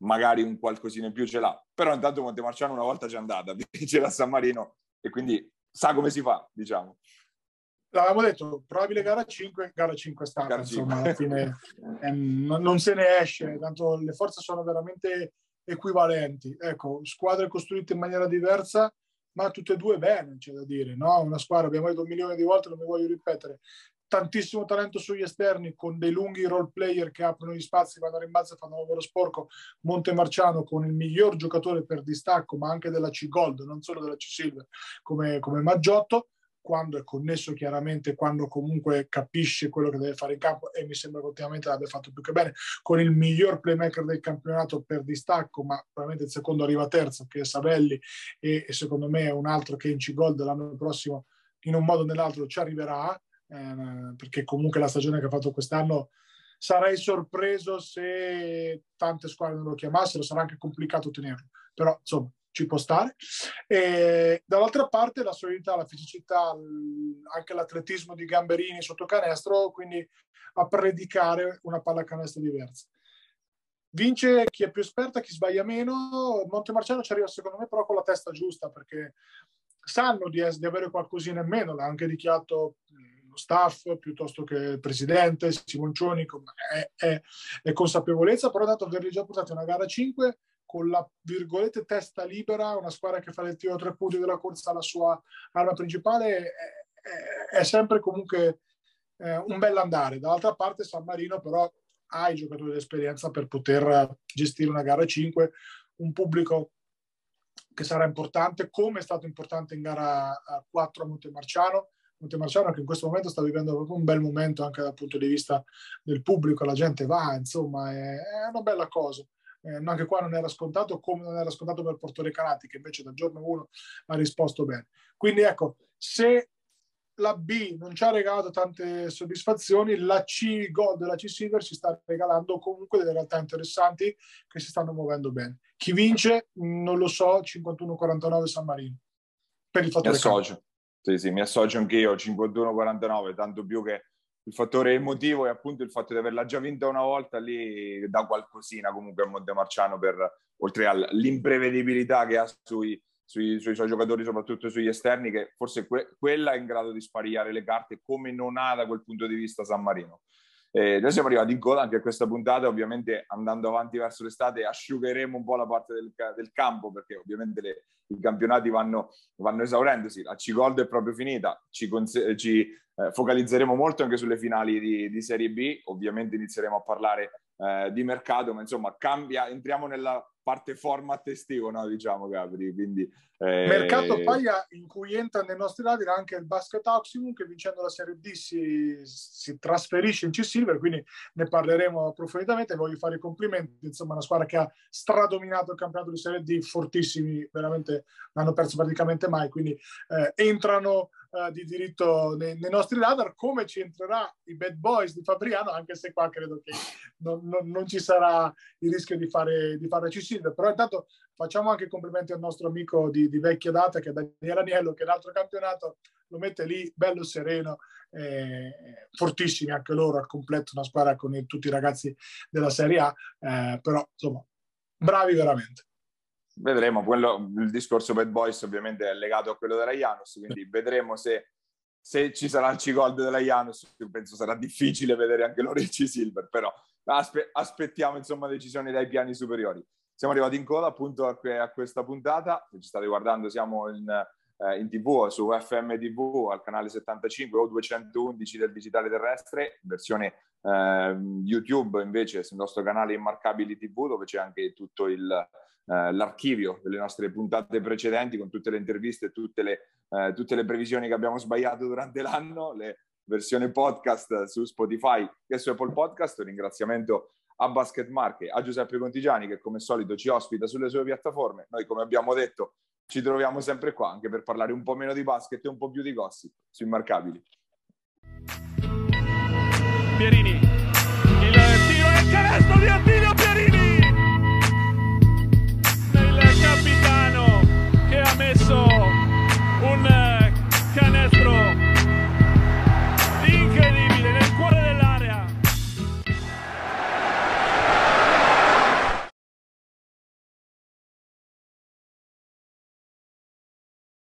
magari un qualcosina in più ce l'ha, però intanto Montemarciano una volta c'è andata, c'era San Marino e quindi sa come si fa, diciamo. L'avevamo detto, probabile gara 5 è stata, Gara insomma, 5. alla fine non se ne esce, tanto le forze sono veramente equivalenti. Ecco, squadre costruite in maniera diversa, ma tutte e due bene, c'è da dire, no? Una squadra, abbiamo detto 1 milione di volte, non mi voglio ripetere, tantissimo talento sugli esterni, con dei lunghi role player che aprono gli spazi, vanno a rimbalzo e fanno un lavoro sporco. Montemarciano con il miglior giocatore per distacco, ma anche della C-Gold, non solo della C-Silver, come Maggiotto, quando è connesso chiaramente, quando comunque capisce quello che deve fare in campo, e mi sembra che ultimamente l'abbia fatto più che bene, con il miglior playmaker del campionato per distacco, ma probabilmente il secondo arriva terzo, che è Savelli, e secondo me è un altro che in C-Gold l'anno prossimo in un modo o nell'altro ci arriverà, perché comunque la stagione che ha fatto quest'anno, sarei sorpreso se tante squadre non lo chiamassero, sarà anche complicato tenerlo, però insomma ci può stare. E dall'altra parte la solidità, la fisicità, anche l'atletismo di Gamberini sotto canestro, quindi a predicare una pallacanestro diversa. Vince chi è più esperta, chi sbaglia meno. Montemarciano ci arriva secondo me però con la testa giusta, perché sanno di avere qualcosina in meno, l'ha anche dichiarato lo staff piuttosto che il presidente Simoncioni, è consapevolezza, però dato averli già portati a una gara 5 con la virgolette testa libera, una squadra che fa il tiro a 3 punti della corsa la sua arma principale, è sempre comunque un bell'andare. Dall'altra parte San Marino però ha i giocatori di esperienza per poter gestire una gara 5, un pubblico che sarà importante, come è stato importante in gara 4 a Montemarciano che in questo momento sta vivendo proprio un bel momento anche dal punto di vista del pubblico, la gente va, insomma è una bella cosa. Anche qua non era scontato, come non era scontato per Portorecanati, che invece dal giorno 1 ha risposto bene. Quindi ecco, se la B non ci ha regalato tante soddisfazioni, la C Gold e la C Silver ci sta regalando comunque delle realtà interessanti che si stanno muovendo bene. Chi vince? Non lo so, 51-49 San Marino. Per il fattore associo. Sì, mi associo anch'io, 51-49, tanto più che il fattore emotivo e appunto il fatto di averla già vinta una volta lì dà qualcosina comunque a Montemarciano, oltre all'imprevedibilità che ha sui suoi giocatori, soprattutto sugli esterni, che forse quella è in grado di sparigliare le carte come non ha da quel punto di vista San Marino. Noi siamo arrivati in coda anche a questa puntata, ovviamente andando avanti verso l'estate asciugheremo un po' la parte del campo, perché ovviamente i campionati vanno esaurendosi, la C-Gold è proprio finita, ci focalizzeremo molto anche sulle finali di Serie B, ovviamente inizieremo a parlare di mercato, ma insomma entriamo nella parte format estivo, no? Diciamo, Gabri, quindi mercato paia in cui entra nei nostri radar anche il Basket Oximum, che vincendo la Serie D si trasferisce in C-Silver, quindi ne parleremo approfonditamente. Voglio fare i complimenti, insomma, una squadra che ha stradominato il campionato di Serie D, fortissimi, veramente non hanno perso praticamente mai, quindi entrano di diritto nei nostri radar, come ci entrerà i Bad Boys di Fabriano, anche se qua credo che non ci sarà il rischio di fare C-Silver. Però intanto facciamo anche complimenti al nostro amico di vecchia data, che è Daniele Aniello, che l'altro campionato lo mette lì bello sereno, fortissimi anche loro al completo, una squadra con tutti i ragazzi della Serie A, però insomma bravi veramente. Vedremo, il discorso Bad Boys ovviamente è legato a quello della Janus, quindi vedremo se ci sarà il C-Gold della Janus. Io penso sarà difficile vedere anche loro il C-Silver, però aspettiamo insomma decisioni dai piani superiori. Siamo arrivati in coda appunto a questa puntata, se ci state guardando siamo in TV, su FM TV al canale 75 o 211 del digitale terrestre, versione YouTube invece sul nostro canale Immarcabili TV, dove c'è anche tutto l'archivio delle nostre puntate precedenti con tutte le interviste e tutte le previsioni che abbiamo sbagliato durante l'anno, le versioni podcast su Spotify e su Apple Podcast. Un ringraziamento a Basket Marche, a Giuseppe Contigiani, che come al solito ci ospita sulle sue piattaforme. Noi, come abbiamo detto, ci troviamo sempre qua anche per parlare un po' meno di basket e un po' più di gossip su Immarcabili. Pierini, il tiro e il canestro di Attilio.